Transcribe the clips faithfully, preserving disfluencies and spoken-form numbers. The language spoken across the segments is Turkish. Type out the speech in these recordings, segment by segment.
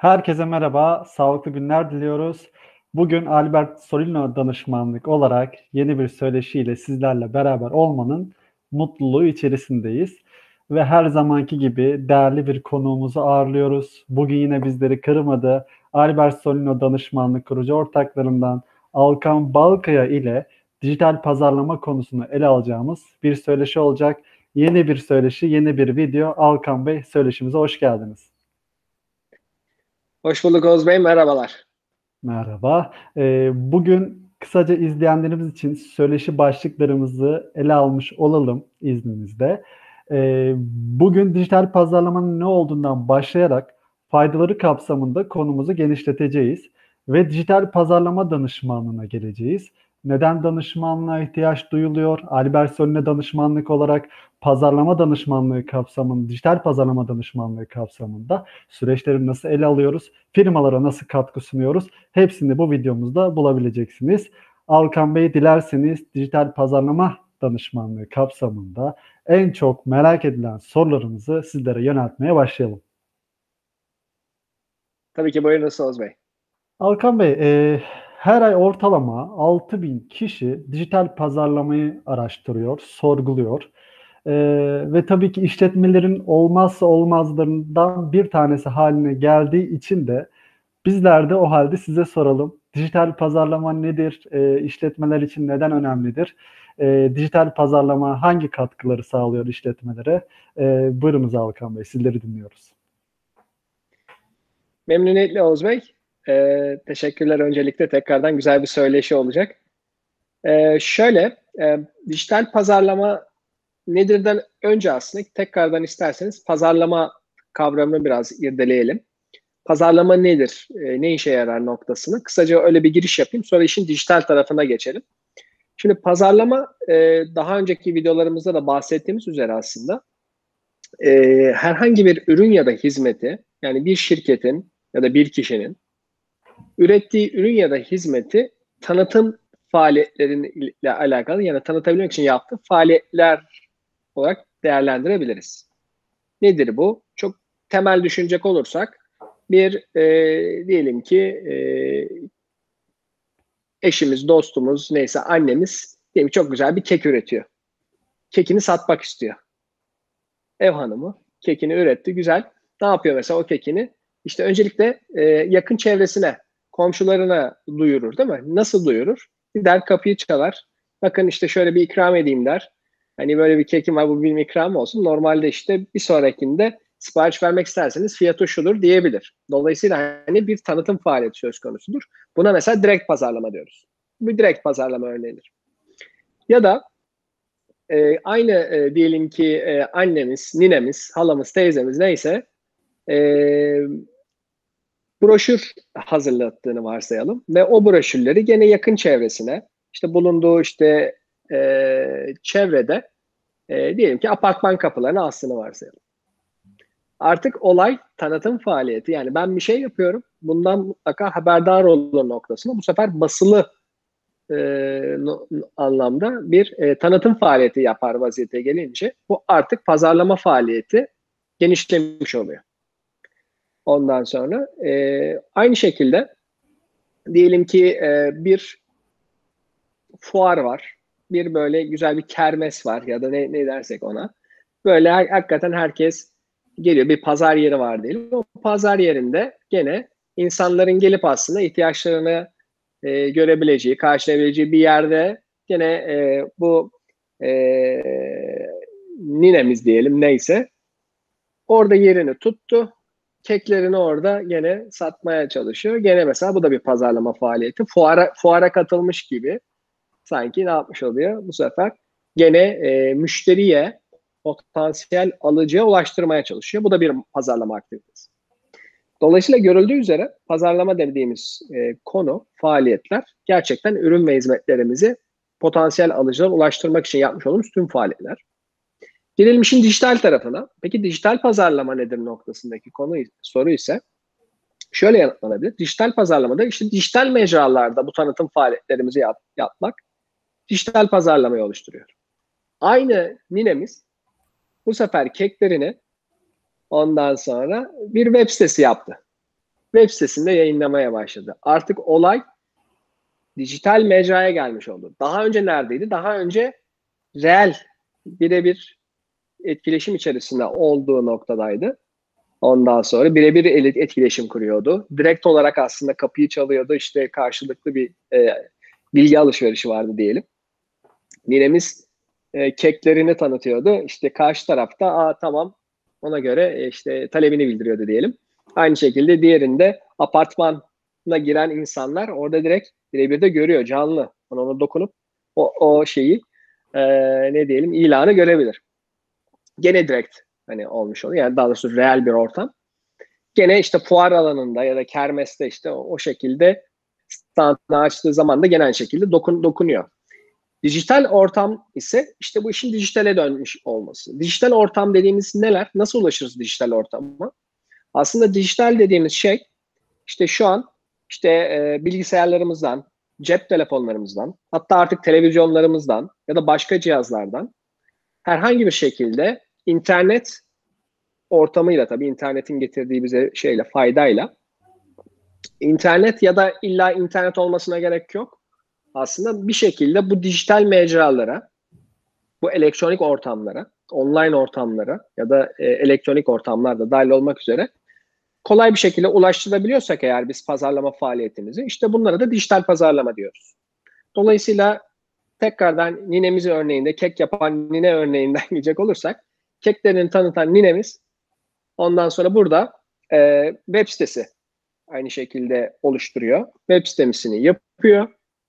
Herkese merhaba, sağlıklı günler diliyoruz. Bugün Albert Solino danışmanlık olarak yeni bir söyleşiyle sizlerle beraber olmanın mutluluğu içerisindeyiz. Ve her zamanki gibi değerli bir konuğumuzu ağırlıyoruz. Bugün yine bizleri kırmadı. Albert Solino danışmanlık kurucu ortaklarından Alkan Balkaya ile dijital pazarlama konusunu ele alacağımız bir söyleşi olacak. Yeni bir söyleşi, yeni bir video. Alkan Bey, söyleşimize hoş geldiniz. Hoş bulduk Oğuz Bey, merhabalar. Merhaba. Ee, bugün kısaca izleyenlerimiz için söyleşi başlıklarımızı ele almış olalım izninizle. Ee, bugün dijital pazarlamanın ne olduğundan başlayarak faydaları kapsamında konumuzu genişleteceğiz ve dijital pazarlama danışmanlığına geleceğiz. Neden danışmanlığa ihtiyaç duyuluyor? Albert Solino danışmanlık olarak pazarlama danışmanlığı kapsamında, dijital pazarlama danışmanlığı kapsamında süreçleri nasıl ele alıyoruz? Firmalara nasıl katkı sunuyoruz? Hepsini bu videomuzda bulabileceksiniz. Alkan Bey, dilerseniz dijital pazarlama danışmanlığı kapsamında en çok merak edilen sorularımızı sizlere yöneltmeye başlayalım. Tabii ki buyurunuz Oğuz Bey. Alkan Bey, e, her ay ortalama altı bin kişi dijital pazarlamayı araştırıyor, sorguluyor. E, ve tabii ki işletmelerin olmazsa olmazlarından bir tanesi haline geldiği için de bizler de o halde size soralım. Dijital pazarlama nedir? E, işletmeler için neden önemlidir? E, dijital pazarlama hangi katkıları sağlıyor işletmelere? E, buyurunuz Alkan Bey, sizleri dinliyoruz. Memnuniyetle Oğuz Bey. Ee, teşekkürler öncelikle. Tekrardan güzel bir söyleşi olacak. Ee, şöyle, e, dijital pazarlama nedirden önce aslında tekrardan isterseniz pazarlama kavramını biraz irdeleyelim. Pazarlama nedir, e, ne işe yarar noktasını. Kısaca öyle bir giriş yapayım. Sonra işin dijital tarafına geçelim. Şimdi pazarlama e, daha önceki videolarımızda da bahsettiğimiz üzere aslında e, herhangi bir ürün ya da hizmeti, yani bir şirketin ya da bir kişinin ürettiği ürün ya da hizmeti tanıtım faaliyetleriyle alakalı, yani tanıtabilmek için yaptığı faaliyetler olarak değerlendirebiliriz. Nedir bu? Çok temel düşünecek olursak bir e, diyelim ki e, eşimiz, dostumuz, neyse annemiz diyelim çok güzel bir kek üretiyor. Kekini satmak istiyor. Ev hanımı kekini üretti, güzel. Ne yapıyor mesela o kekini? İşte öncelikle e, yakın çevresine, komşularına duyurur, değil mi? Nasıl duyurur? Gider kapıyı çalar. Bakın işte şöyle bir ikram edeyim der. Hani böyle bir kekim var, bu benim ikram olsun. Normalde işte bir sonrakinde sipariş vermek isterseniz fiyatı şudur diyebilir. Dolayısıyla hani bir tanıtım faaliyeti söz konusudur. Buna mesela direkt pazarlama diyoruz. Bu direkt pazarlama örneğidir. Ya da e, aynı e, diyelim ki e, annemiz, ninemiz, halamız, teyzemiz neyse e, broşür hazırlattığını varsayalım ve o broşürleri gene yakın çevresine, işte bulunduğu işte e, çevrede e, diyelim ki apartman kapılarına astığını varsayalım. Artık olay tanıtım faaliyeti, yani ben bir şey yapıyorum, bundan mutlaka haberdar olun noktasında bu sefer basılı e, no, anlamda bir e, tanıtım faaliyeti yapar vaziyete gelince bu artık pazarlama faaliyeti genişlemiş oluyor. Ondan sonra e, aynı şekilde diyelim ki e, bir fuar var. Bir böyle güzel bir kermes var ya da ne, ne dersek ona. Böyle her, hakikaten herkes geliyor. Bir pazar yeri var diyelim. O pazar yerinde gene insanların gelip aslında ihtiyaçlarını e, görebileceği, karşılayabileceği bir yerde gene e, bu e, ninemiz diyelim neyse orada yerini tuttu. Keklerini orada gene satmaya çalışıyor. Gene mesela bu da bir pazarlama faaliyeti. Fuara, fuara katılmış gibi sanki ne yapmış oluyor bu sefer? Gene e, müşteriye, potansiyel alıcıya ulaştırmaya çalışıyor. Bu da bir pazarlama aktivitesi. Dolayısıyla görüldüğü üzere pazarlama dediğimiz e, konu, faaliyetler gerçekten ürün ve hizmetlerimizi potansiyel alıcılara ulaştırmak için yapmış olduğumuz tüm faaliyetler. Gelelim işin dijital tarafına. Peki dijital pazarlama nedir noktasındaki konu soru ise şöyle yanıtlanabilir. Dijital pazarlamada işte dijital mecralarda bu tanıtım faaliyetlerimizi yap, yapmak dijital pazarlamayı oluşturuyor. Aynı ninemiz bu sefer keklerini ondan sonra bir web sitesi yaptı. web sitesinde yayınlamaya başladı. Artık olay dijital mecraya gelmiş oldu. Daha önce neredeydi? Daha önce reel, birebir etkileşim içerisinde olduğu noktadaydı. Ondan sonra birebir etkileşim kuruyordu. Direkt olarak aslında kapıyı çalıyordu. İşte karşılıklı bir e, bilgi alışverişi vardı diyelim. Ninemiz e, keklerini tanıtıyordu. İşte karşı tarafta aa tamam ona göre e, işte talebini bildiriyordu diyelim. Aynı şekilde diğerinde apartmana giren insanlar orada direkt birebir de görüyor canlı. Ona dokunup o, o şeyi e, ne diyelim ilanı görebilir. Gene direkt hani olmuş oluyor. Yani daha doğrusu reel bir ortam. Gene işte fuar alanında ya da kermeste işte o, o şekilde standını açtığı zaman da genel şekilde dokun, dokunuyor. Dijital ortam ise işte bu işin dijitale dönmüş olması. Dijital ortam dediğimiz neler? Nasıl ulaşırız dijital ortama? Aslında dijital dediğimiz şey işte şu an işte e, bilgisayarlarımızdan, cep telefonlarımızdan, hatta artık televizyonlarımızdan ya da başka cihazlardan herhangi bir şekilde internet ortamıyla, tabii internetin getirdiği bize şeyle, faydayla, internet ya da illa internet olmasına gerek yok. Aslında bir şekilde bu dijital mecralara, bu elektronik ortamlara, online ortamlara ya da e, elektronik ortamlarda dahil olmak üzere kolay bir şekilde ulaştırabiliyorsak eğer biz pazarlama faaliyetimizi, işte bunlara da dijital pazarlama diyoruz. Dolayısıyla tekrardan ninemizi örneğinde, kek yapan nine örneğinden gidecek olursak, keklerini tanıtan ninemiz ondan sonra burada e, web sitesi aynı şekilde oluşturuyor. Web sitesini yapıyor,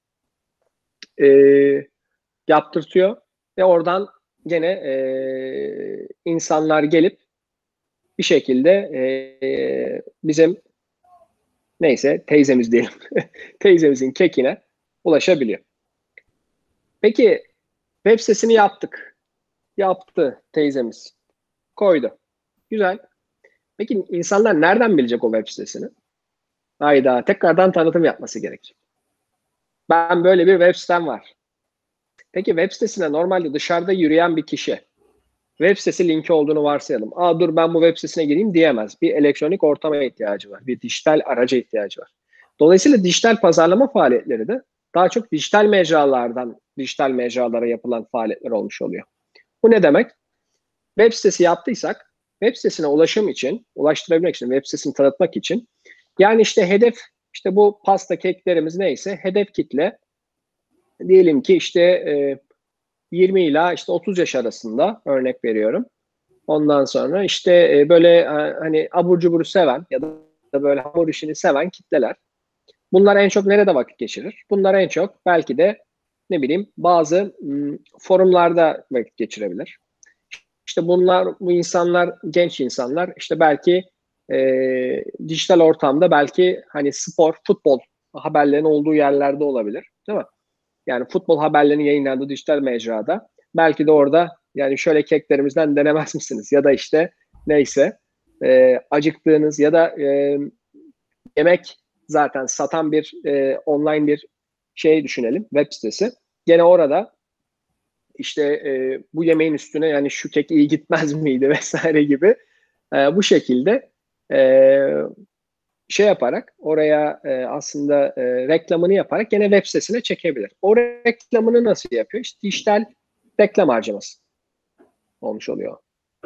e, yaptırtıyor ve oradan gene e, insanlar gelip bir şekilde e, bizim neyse teyzemiz diyelim, teyzemizin kekine ulaşabiliyor. Peki web sitesini yaptık. Yaptı teyzemiz. Koydu. Güzel. Peki insanlar nereden bilecek o web sitesini? Hayda, tekrardan tanıtım yapması gerekecek. Ben böyle bir web sitem var. Peki web sitesine normalde dışarıda yürüyen bir kişi web sitesi linki olduğunu varsayalım. Aa dur ben bu web sitesine gireyim diyemez. Bir elektronik ortama ihtiyacı var. Bir dijital araca ihtiyacı var. Dolayısıyla dijital pazarlama faaliyetleri de daha çok dijital mecralardan dijital mecralara yapılan faaliyetler olmuş oluyor. Bu ne demek? Web sitesi yaptıysak web sitesine ulaşım için, ulaştırabilmek için, web sitesini tanıtmak için yani işte hedef, işte bu pasta keklerimiz neyse hedef kitle diyelim ki işte e, yirmi ila işte otuz yaş arasında örnek veriyorum. Ondan sonra işte e, böyle e, hani abur cuburu seven ya da böyle hamur işini seven kitleler. Bunlar en çok nerede vakit geçirir? Bunlar en çok belki de ne bileyim bazı m, forumlarda vakit geçirebilir. İşte bunlar, bu insanlar, genç insanlar işte belki e, dijital ortamda belki hani spor, futbol haberlerinin olduğu yerlerde olabilir. Değil mi? Yani futbol haberlerinin yayınlandığı dijital mecrada. Belki de orada yani şöyle keklerimizden denemez misiniz? Ya da işte neyse e, acıktığınız ya da e, yemek zaten satan bir e, online bir şey düşünelim. Web sitesi. Gene orada işte e, bu yemeğin üstüne yani şu kek iyi gitmez miydi vesaire gibi e, bu şekilde e, şey yaparak oraya e, aslında e, reklamını yaparak gene web sitesine çekebilir. O reklamını nasıl yapıyor? İşte dijital reklam harcaması olmuş oluyor.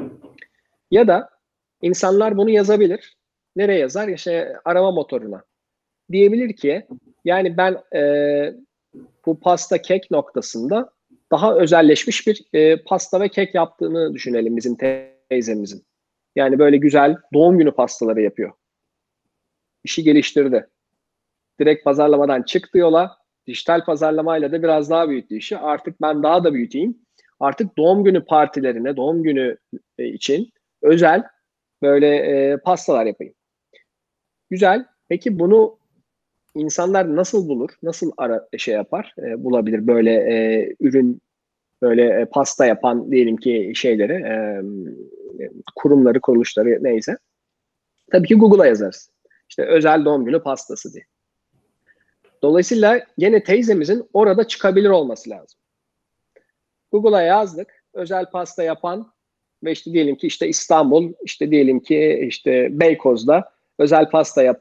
Ya da insanlar bunu yazabilir. Nereye yazar? İşte arama motoruna. Diyebilir ki yani ben e, bu pasta kek noktasında daha özelleşmiş bir e, pasta ve kek yaptığını düşünelim bizim teyzemizin. Yani böyle güzel doğum günü pastaları yapıyor. İşi geliştirdi. Direkt pazarlamadan çıktı yola. Dijital pazarlamayla da biraz daha büyüttü işi. Artık ben daha da büyüteyim. Artık doğum günü partilerine, doğum günü e, için özel böyle e, pastalar yapayım. Güzel. Peki bunu insanlar nasıl bulur? Nasıl ara şey yapar? E, bulabilir böyle e, ürün, böyle e, pasta yapan diyelim ki şeyleri, e, kurumları, kuruluşları neyse. Tabii ki Google'a yazarız. İşte özel doğum günü pastası diye. Dolayısıyla yine teyzemizin orada çıkabilir olması lazım. Google'a yazdık. Özel pasta yapan ve işte diyelim ki işte İstanbul, işte diyelim ki işte Beykoz'da özel pasta yapan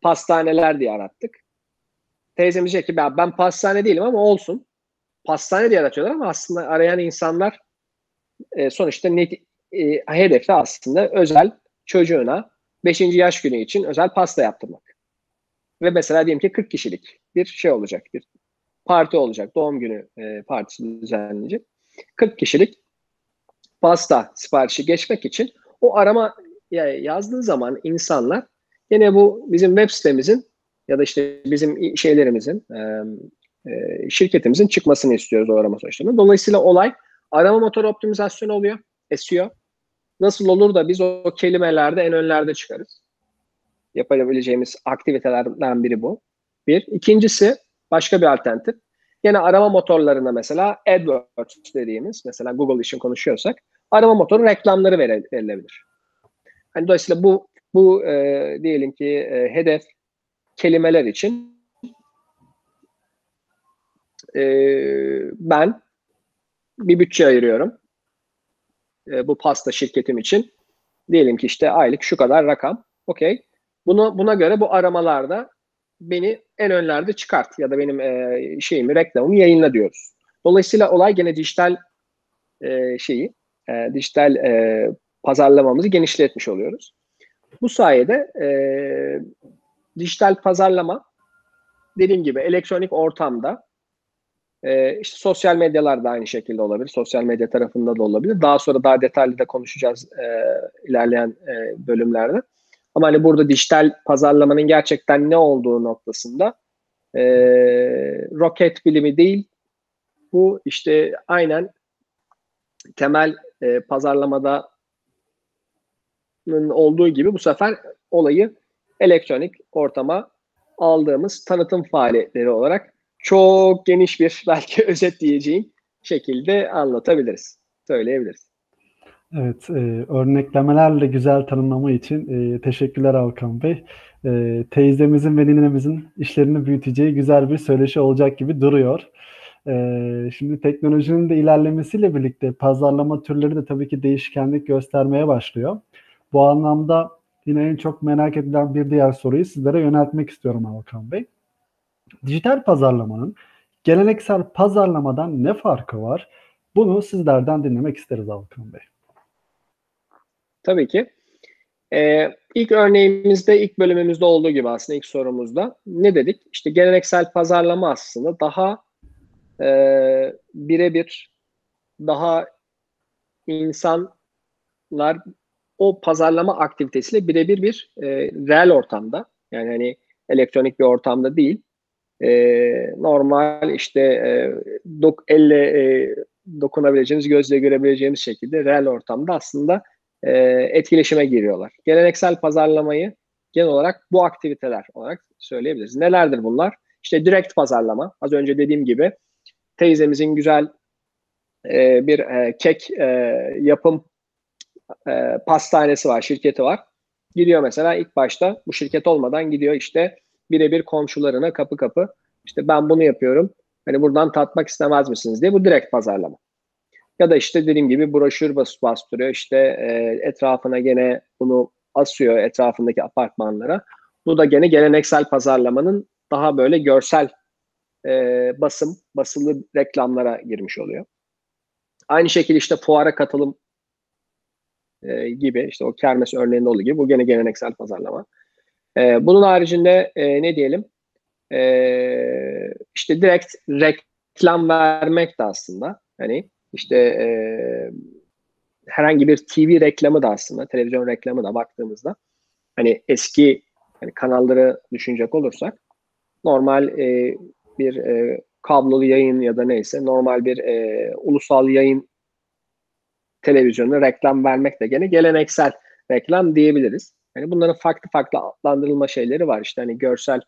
pastaneler diye arattık. Teyzemiz diyecek ki ben, ben pastane değilim ama olsun. Pastane diye aratıyorlar ama aslında arayan insanlar e, sonuçta net, e, hedefte aslında özel çocuğuna beşinci yaş günü için özel pasta yaptırmak. Ve mesela diyelim ki kırk kişilik bir şey olacak, bir parti olacak, doğum günü e, partisi düzenlenecek. kırk kişilik pasta siparişi geçmek için o arama yazdığı zaman insanlar yine bu bizim web sitemizin ya da işte bizim şeylerimizin, e, e, şirketimizin çıkmasını istiyoruz o arama sonuçlarında. Dolayısıyla olay arama motoru optimizasyonu oluyor, S E O. Nasıl olur da biz o kelimelerde en önlerde çıkarız? Yapabileceğimiz aktivitelerden biri bu. Bir. İkincisi başka bir alternatif. Yine arama motorlarına mesela AdWords dediğimiz, mesela Google için konuşuyorsak arama motoru reklamları verilebilir. Hani dolayısıyla bu bu e, diyelim ki e, hedef kelimeler için e, ben bir bütçe ayırıyorum. E, bu pasta şirketim için. Diyelim ki işte aylık şu kadar rakam. Okey. Bunu, buna göre bu aramalarda beni en önlerde çıkart ya da benim e, şeyimi, reklamımı yayınla diyoruz. Dolayısıyla olay gene dijital e, şeyi, e, dijital e, pazarlamamızı genişletmiş oluyoruz. Bu sayede e, dijital pazarlama dediğim gibi elektronik ortamda e, işte sosyal medyalar da aynı şekilde olabilir. Sosyal medya tarafında da olabilir. Daha sonra daha detaylı da konuşacağız e, ilerleyen e, bölümlerde. Ama hani burada dijital pazarlamanın gerçekten ne olduğu noktasında e, roket bilimi değil, bu işte aynen temel e, pazarlamada olduğu gibi bu sefer olayı elektronik ortama aldığımız tanıtım faaliyetleri olarak çok geniş bir belki özet diyeceğim şekilde anlatabiliriz, söyleyebiliriz. Evet, e, örneklemelerle güzel tanımlama için e, teşekkürler Hakan Bey. E, teyzemizin ve ninemizin işlerini büyüteceği güzel bir söyleşi olacak gibi duruyor. E, şimdi teknolojinin de ilerlemesiyle birlikte pazarlama türleri de tabii ki değişkenlik göstermeye başlıyor. Bu anlamda yine en çok merak edilen bir diğer soruyu sizlere yöneltmek istiyorum Hakan Bey. Dijital pazarlamanın geleneksel pazarlamadan ne farkı var? Bunu sizlerden dinlemek isteriz Hakan Bey. Tabii ki. Ee, ilk örneğimizde, ilk bölümümüzde olduğu gibi aslında ilk sorumuzda ne dedik? İşte geleneksel pazarlama aslında daha e, birebir, daha insanlar o pazarlama aktivitesiyle birebir bir e, reel ortamda, yani hani elektronik bir ortamda değil, e, normal işte e, dok, elle e, dokunabileceğimiz, gözle görebileceğimiz şekilde reel ortamda aslında e, etkileşime giriyorlar. Geleneksel pazarlamayı genel olarak bu aktiviteler olarak söyleyebiliriz. Nelerdir bunlar? İşte direkt pazarlama. Az önce dediğim gibi teyzemizin güzel e, bir e, kek e, yapım e, pastanesi var, şirketi var. Gidiyor mesela ilk başta bu şirket olmadan gidiyor işte birebir komşularına kapı kapı işte ben bunu yapıyorum. Hani buradan tatmak istemez misiniz diye, bu direkt pazarlama. Ya da işte dediğim gibi broşür bas bastırıyor işte e, etrafına gene bunu asıyor etrafındaki apartmanlara. Bu da gene geleneksel pazarlamanın daha böyle görsel e, basım, basılı reklamlara girmiş oluyor. Aynı şekilde işte fuara katılım e, gibi işte o kermes örneğinde olduğu gibi bu gene geleneksel pazarlama. E, bunun haricinde e, ne diyelim? E, işte direkt reklam vermek de aslında hani işte e, herhangi bir T V reklamı da aslında televizyon reklamı da baktığımızda hani eski hani kanalları düşünecek olursak normal e, bir e, kablolu yayın ya da neyse normal bir e, ulusal yayın televizyonuna reklam vermek de gene geleneksel reklam diyebiliriz. Yani bunların farklı farklı adlandırılma şeyleri var. İşte hani görsel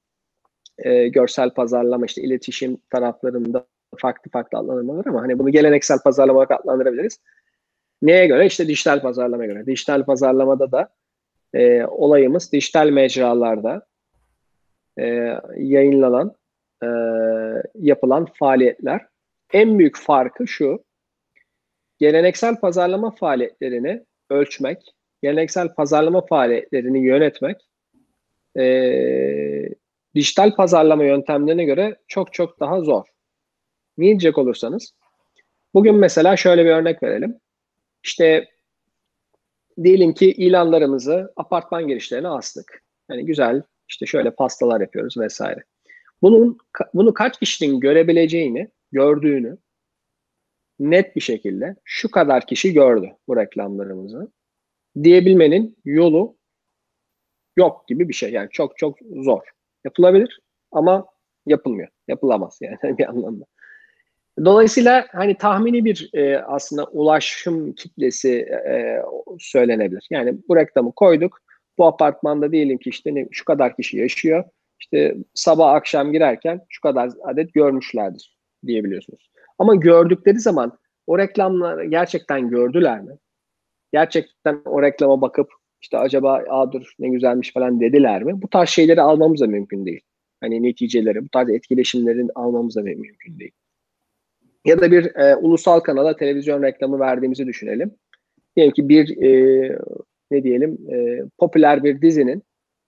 e, görsel pazarlama, işte iletişim taraflarında farklı farklı adlandırmalar ama hani bunu geleneksel pazarlama olarak adlandırabiliriz. Neye göre? İşte dijital pazarlamaya göre. Dijital pazarlamada da e, olayımız dijital mecralarda e, yayınlanan, e, yapılan faaliyetler. En büyük farkı şu: geleneksel pazarlama faaliyetlerini ölçmek, geleneksel pazarlama faaliyetlerini yönetmek e, dijital pazarlama yöntemlerine göre çok çok daha zor. Niye diyecek olursanız, bugün mesela şöyle bir örnek verelim. İşte diyelim ki ilanlarımızı apartman girişlerine astık. Yani güzel, işte şöyle pastalar yapıyoruz vesaire. Bunun bunu kaç kişinin görebileceğini, gördüğünü net bir şekilde şu kadar kişi gördü bu reklamlarımızı diyebilmenin yolu yok gibi bir şey. Yani çok çok zor. Yapılabilir ama yapılmıyor. Yapılamaz yani bir anlamda. Dolayısıyla hani tahmini bir e, aslında ulaşım kitlesi e, söylenebilir. Yani bu reklamı koyduk. Bu apartmanda diyelim ki işte ne, şu kadar kişi yaşıyor. İşte sabah akşam girerken şu kadar adet görmüşlerdir diyebiliyorsunuz. Ama gördükleri zaman o reklamları gerçekten gördüler mi? Gerçekten o reklama bakıp işte acaba aa dur ne güzelmiş falan dediler mi? Bu tarz şeyleri almamız da mümkün değil. Hani neticeleri, bu tarz etkileşimlerin almamız da mümkün değil. Ya da bir e, ulusal kanala televizyon reklamı verdiğimizi düşünelim. Diyelim ki bir e, ne diyelim e, popüler bir dizinin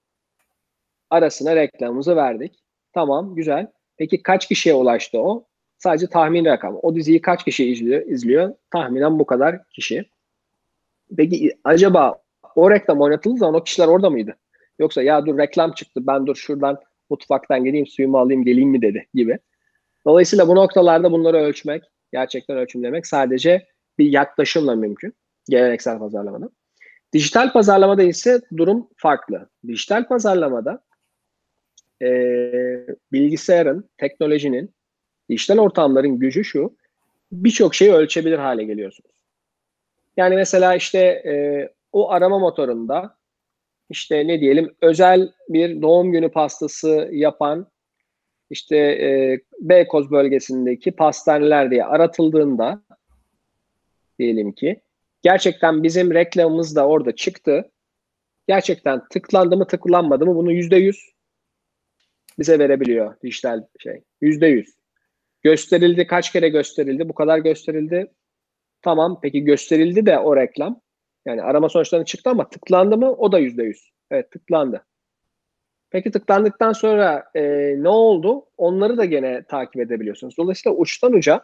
arasına reklamımızı verdik. Tamam, güzel. Peki kaç kişiye ulaştı o? Sadece tahmin rakam. O diziyi kaç kişi izliyor? izliyor? Tahminen bu kadar kişi. Peki acaba o reklam oynatıldığı zaman o kişiler orada mıydı? Yoksa ya dur reklam çıktı ben dur şuradan mutfaktan geleyim suyumu alayım geleyim mi dedi gibi. Dolayısıyla bu noktalarda bunları ölçmek, gerçekten ölçümlemek sadece bir yaklaşımla mümkün. Geleneksel pazarlamada. Dijital pazarlamada ise durum farklı. Dijital pazarlamada e, bilgisayarın, teknolojinin, dijital ortamların gücü şu, birçok şeyi ölçebilir hale geliyorsunuz. Yani mesela işte e, o arama motorunda işte ne diyelim özel bir doğum günü pastası yapan işte e, Beykoz bölgesindeki pastaneler diye aratıldığında diyelim ki gerçekten bizim reklamımız da orada çıktı. Gerçekten tıklandı mı tıklanmadı mı bunu yüzde yüz bize verebiliyor dijital şey. Yüzde yüz. Gösterildi kaç kere gösterildi bu kadar gösterildi. Tamam peki gösterildi de o reklam. Yani arama sonuçlarına çıktı ama tıklandı mı o da yüzde yüz. Evet tıklandı. Peki tıklandıktan sonra e, ne oldu? Onları da gene takip edebiliyorsunuz. Dolayısıyla uçtan uca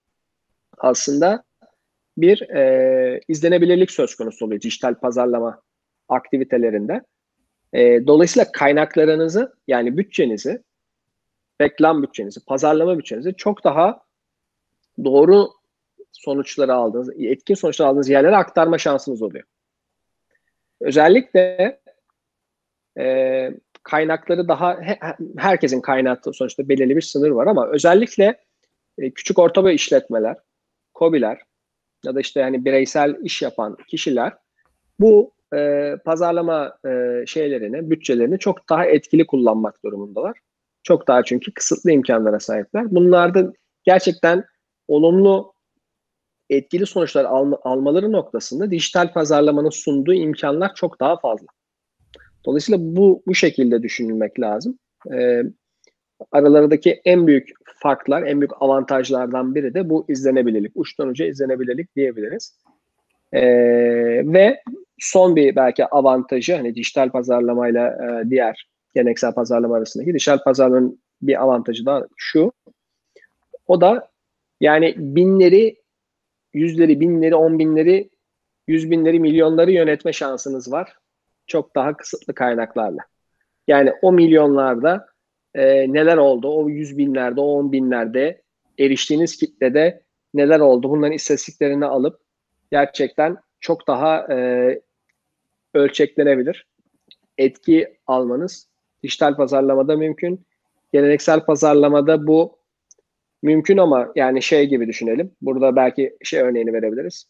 aslında bir e, izlenebilirlik söz konusu oluyor dijital pazarlama aktivitelerinde. E, dolayısıyla kaynaklarınızı yani bütçenizi, reklam bütçenizi, pazarlama bütçenizi çok daha doğru sonuçları aldığınız, etkin sonuçlar aldığınız yerlere aktarma şansınız oluyor. Özellikle e, kaynakları daha he, herkesin kaynağı sonuçta belirli bir sınır var ama özellikle e, küçük orta boy işletmeler, KOBİ'ler ya da işte hani bireysel iş yapan kişiler bu e, pazarlama e, şeylerini, bütçelerini çok daha etkili kullanmak durumundalar. Çok daha çünkü kısıtlı imkanlara sahipler. Bunlarda gerçekten olumlu, etkili sonuçlar alma, almaları noktasında dijital pazarlamanın sunduğu imkanlar çok daha fazla. Dolayısıyla bu bu şekilde düşünülmek lazım. E, aralarındaki en büyük farklar, en büyük avantajlardan biri de bu izlenebilirlik. Uçtan uca izlenebilirlik diyebiliriz. Ee, ve son bir belki avantajı hani dijital pazarlamayla e, diğer geleneksel pazarlama arasındaki dijital pazarlamanın bir avantajı da şu. O da yani binleri, yüzleri, binleri, on binleri, yüz binleri, milyonları yönetme şansınız var. Çok daha kısıtlı kaynaklarla. Yani o milyonlarda e, neler oldu, o yüz binlerde, o on binlerde eriştiğiniz kitlede neler oldu bunların istatistiklerini alıp gerçekten çok daha e, ölçeklenebilir. Etki almanız dijital pazarlamada mümkün. Geleneksel pazarlamada bu mümkün ama yani şey gibi düşünelim. Burada belki şey örneğini verebiliriz.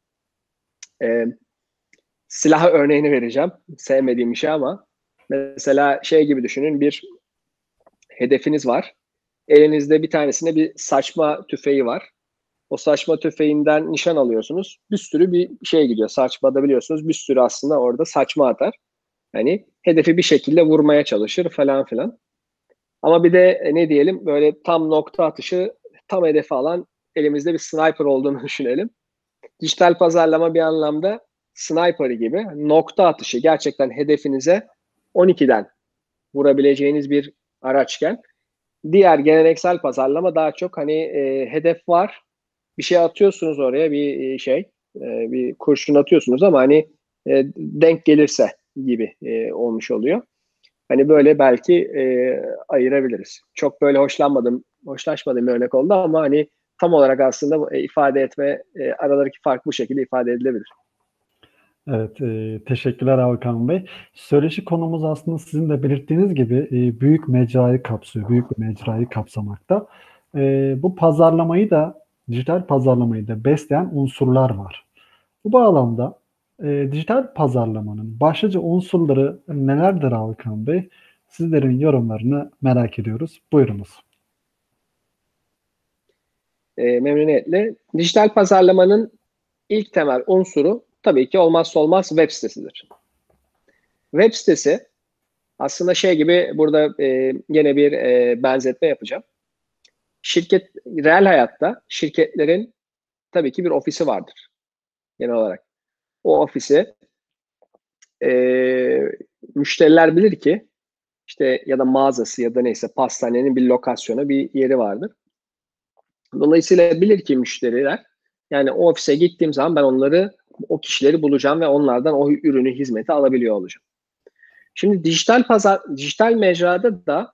E, silah örneğini vereceğim. Sevmediğim bir şey ama mesela şey gibi düşünün bir hedefiniz var. Elinizde bir tanesinde bir saçma tüfeği var. O saçma tüfeğinden nişan alıyorsunuz. Bir sürü bir şey gidiyor. Saçmada biliyorsunuz bir sürü aslında orada saçma atar. Hani hedefi bir şekilde vurmaya çalışır falan filan. Ama bir de e, ne diyelim böyle tam nokta atışı tam hedefi alan elimizde bir sniper olduğunu düşünelim. Dijital pazarlama bir anlamda sniper gibi nokta atışı gerçekten hedefinize on ikiden vurabileceğiniz bir araçken diğer geleneksel pazarlama daha çok hani e, hedef var, bir şey atıyorsunuz oraya, bir şey, e, bir kurşun atıyorsunuz ama hani e, denk gelirse gibi e, olmuş oluyor. Hani böyle belki e, ayırabiliriz. Çok böyle hoşlanmadım, hoşlaşmadığım bir örnek oldu ama hani tam olarak aslında e, ifade etme, e, aralarındaki fark bu şekilde ifade edilebilir. Evet, e, teşekkürler Hakan Bey. Söyleşi konumuz aslında sizin de belirttiğiniz gibi e, büyük mecrayı kapsıyor, büyük bir mecrayı kapsamakta. E, bu pazarlamayı da, dijital pazarlamayı da besleyen unsurlar var. Bu bağlamda e, dijital pazarlamanın başlıca unsurları nelerdir Hakan Bey? Sizlerin yorumlarını merak ediyoruz. Buyurunuz. E, memnuniyetle. Dijital pazarlamanın ilk temel unsuru tabii ki olmazsa olmaz web sitesidir. Web sitesi aslında şey gibi, burada e, yine bir e, benzetme yapacağım. Şirket, reel hayatta şirketlerin tabii ki bir ofisi vardır genel olarak. O ofisi e, müşteriler bilir ki işte, ya da mağazası ya da neyse pastanenin bir lokasyonu, bir yeri vardır. Dolayısıyla bilir ki müşteriler, yani o ofise gittiğim zaman ben onları, o kişileri bulacağım ve onlardan o ürünü, hizmeti alabiliyor olacağım. Şimdi dijital pazar, dijital mecrada da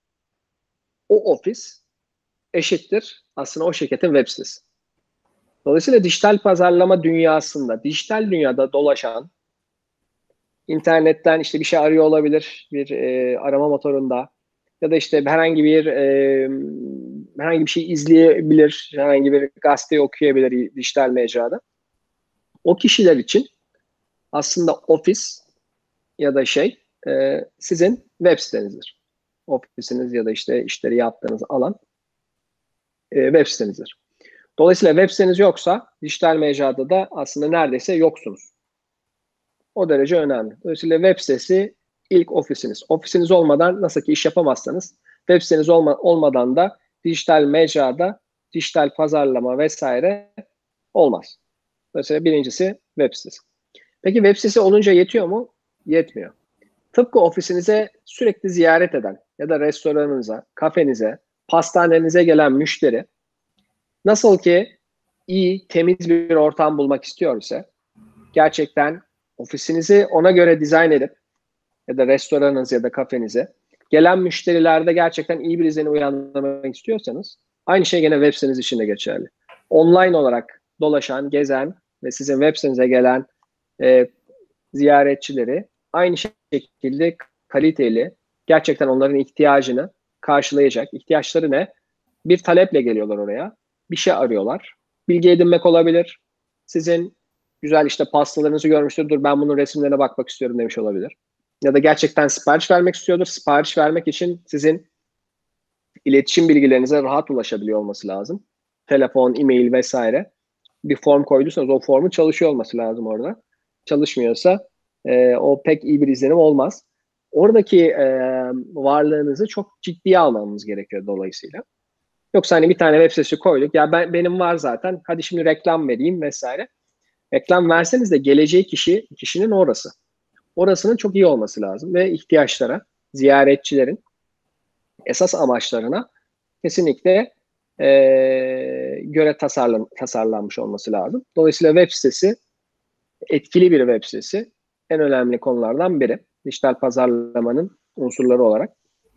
o ofis eşittir aslında o şirketin web sitesi. Dolayısıyla dijital pazarlama dünyasında, dijital dünyada dolaşan, internetten işte bir şey arıyor olabilir, bir e, arama motorunda, ya da işte herhangi bir e, herhangi bir şey izleyebilir, herhangi bir gazete okuyabilir dijital mecrada. O kişiler için aslında ofis ya da şey e, sizin web sitenizdir. Ofisiniz ya da işte işleri yaptığınız alan e, web sitenizdir. Dolayısıyla web siteniz yoksa dijital mecrada da aslında neredeyse yoksunuz. O derece önemli. Dolayısıyla web sitesi ilk ofisiniz. Ofisiniz olmadan nasıl ki iş yapamazsanız, web siteniz olma, olmadan da dijital mecrada dijital pazarlama vesaire olmaz. Dolayısıyla birincisi web sitesi. Peki web sitesi olunca yetiyor mu? Yetmiyor. Tıpkı ofisinize sürekli ziyaret eden ya da restoranınıza, kafenize, pastanenize gelen müşteri nasıl ki iyi, temiz bir ortam bulmak istiyor ise, gerçekten ofisinizi ona göre dizayn edip ya da restoranınız ya da kafenize gelen müşterilerde gerçekten iyi bir izlenim uyandırmak istiyorsanız, aynı şey gene web siteniz için de geçerli. Online olarak dolaşan, gezen ve sizin web sitenize gelen e, ziyaretçileri aynı şekilde kaliteli, gerçekten onların ihtiyacını karşılayacak. İhtiyaçları ne? Bir taleple geliyorlar oraya. Bir şey arıyorlar. Bilgi edinmek olabilir. Sizin güzel işte pastalarınızı görmüştür. Dur ben bunun resimlerine bakmak istiyorum demiş olabilir. Ya da gerçekten sipariş vermek istiyordur. Sipariş vermek için sizin iletişim bilgilerinize rahat ulaşabiliyor olması lazım. Telefon, e-mail vesaire. Bir form koyduysanız o formun çalışıyor olması lazım orada. Çalışmıyorsa e, o pek iyi bir izlenim olmaz. Oradaki e, varlığınızı çok ciddiye almanız gerekiyor dolayısıyla. Yoksa hani bir tane web sitesi koyduk. Ya ben benim var zaten. Hadi şimdi reklam vereyim vesaire. Reklam verseniz de geleceği kişi kişinin orası. Orasının çok iyi olması lazım ve ihtiyaçlara, ziyaretçilerin esas amaçlarına kesinlikle e, göre tasarlan, tasarlanmış olması lazım. Dolayısıyla web sitesi, etkili bir web sitesi en önemli konulardan biri. Dijital pazarlamanın unsurları olarak.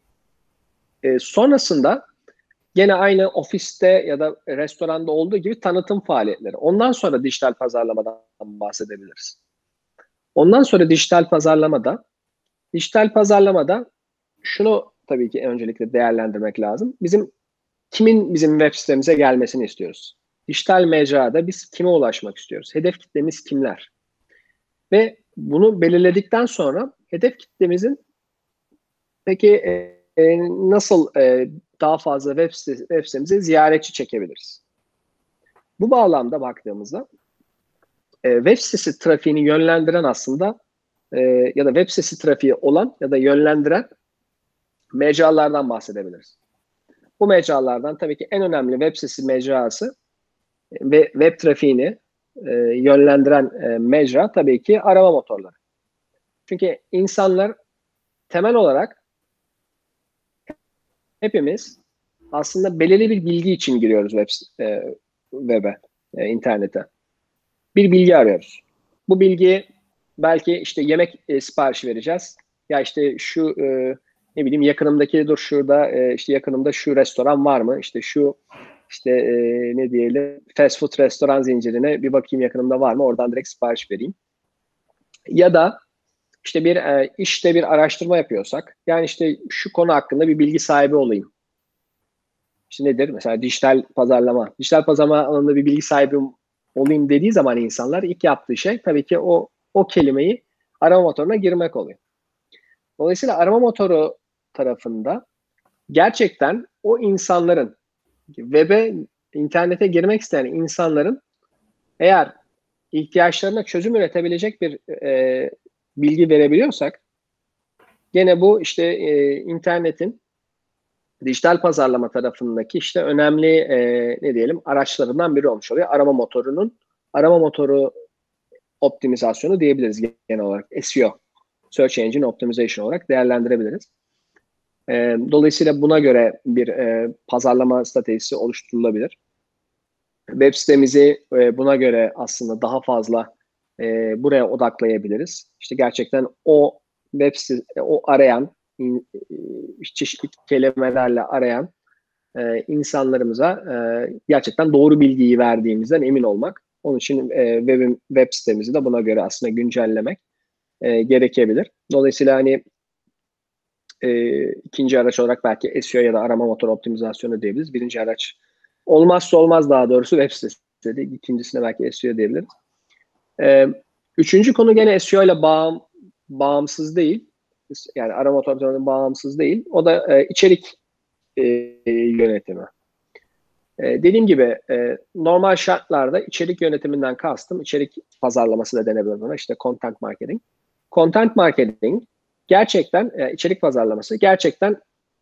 E, sonrasında gene aynı ofiste ya da restoranda olduğu gibi tanıtım faaliyetleri. Ondan sonra dijital pazarlamadan bahsedebiliriz. Ondan sonra dijital pazarlamada, dijital pazarlamada şunu tabii ki öncelikle değerlendirmek lazım. Bizim kimin bizim web sitemize gelmesini istiyoruz? Dijital mecrada biz kime ulaşmak istiyoruz? Hedef kitlemiz kimler? Ve bunu belirledikten sonra hedef kitlemizin peki e, e, nasıl e, daha fazla web, site, web sitemize ziyaretçi çekebiliriz? Bu bağlamda baktığımızda e, web sitesi trafiğini yönlendiren aslında e, ya da web sitesi trafiği olan ya da yönlendiren mecralardan bahsedebiliriz. Bu mecralardan tabii ki en önemli web sitesi mecrası ve web trafiğini e, yönlendiren e, mecra tabii ki arama motorları. Çünkü insanlar temel olarak hepimiz aslında belirli bir bilgi için giriyoruz web, e, web'e, e, internete. Bir bilgi arıyoruz. Bu bilgi belki işte yemek e, siparişi vereceğiz. Ya işte şu e, ne bileyim yakınımdaki dur şurada e, işte yakınımda şu restoran var mı? İşte şu işte e, ne diyelim fast food restoran zincirine bir bakayım yakınımda var mı? Oradan direkt sipariş vereyim. Ya da işte bir e, işte bir araştırma yapıyorsak yani işte şu konu hakkında bir bilgi sahibi olayım. İşte nedir? Mesela dijital pazarlama. Dijital pazarlama alanında bir bilgi sahibi olayım dediği zaman insanlar ilk yaptığı şey tabii ki o o kelimeyi arama motoruna girmek oluyor. Dolayısıyla arama motoru tarafında gerçekten o insanların web'e, internete girmek isteyen insanların eğer ihtiyaçlarına çözüm üretebilecek bir e, bilgi verebiliyorsak gene bu işte e, internetin dijital pazarlama tarafındaki işte önemli e, ne diyelim araçlarından biri olmuş oluyor. Arama motorunun arama motoru optimizasyonu diyebiliriz genel olarak. S E O, Search Engine Optimization olarak değerlendirebiliriz. E, dolayısıyla buna göre bir e, pazarlama stratejisi oluşturulabilir. Web sitemizi e, buna göre aslında daha fazla e, buraya odaklayabiliriz. İşte gerçekten o web sitesi, o arayan, in, çeşitli kelimelerle arayan e, insanlarımıza e, gerçekten doğru bilgiyi verdiğimizden emin olmak. Onun için e, web, web sitemizi de buna göre aslında güncellemek e, gerekebilir. Dolayısıyla hani e, ikinci araç olarak belki S E O ya da arama motoru optimizasyonu diyebiliriz. Birinci araç olmazsa olmaz daha doğrusu web sitesi. İkincisine belki S E O diyebiliriz. E, üçüncü konu gene S E O ile bağım, bağımsız değil. Yani arama motoru optimizasyonu bağımsız değil. O da e, içerik e, yönetimi. E, dediğim gibi e, normal şartlarda içerik yönetiminden kastım içerik pazarlaması da denebilir buna. İşte content marketing. Content marketing gerçekten e, içerik pazarlaması gerçekten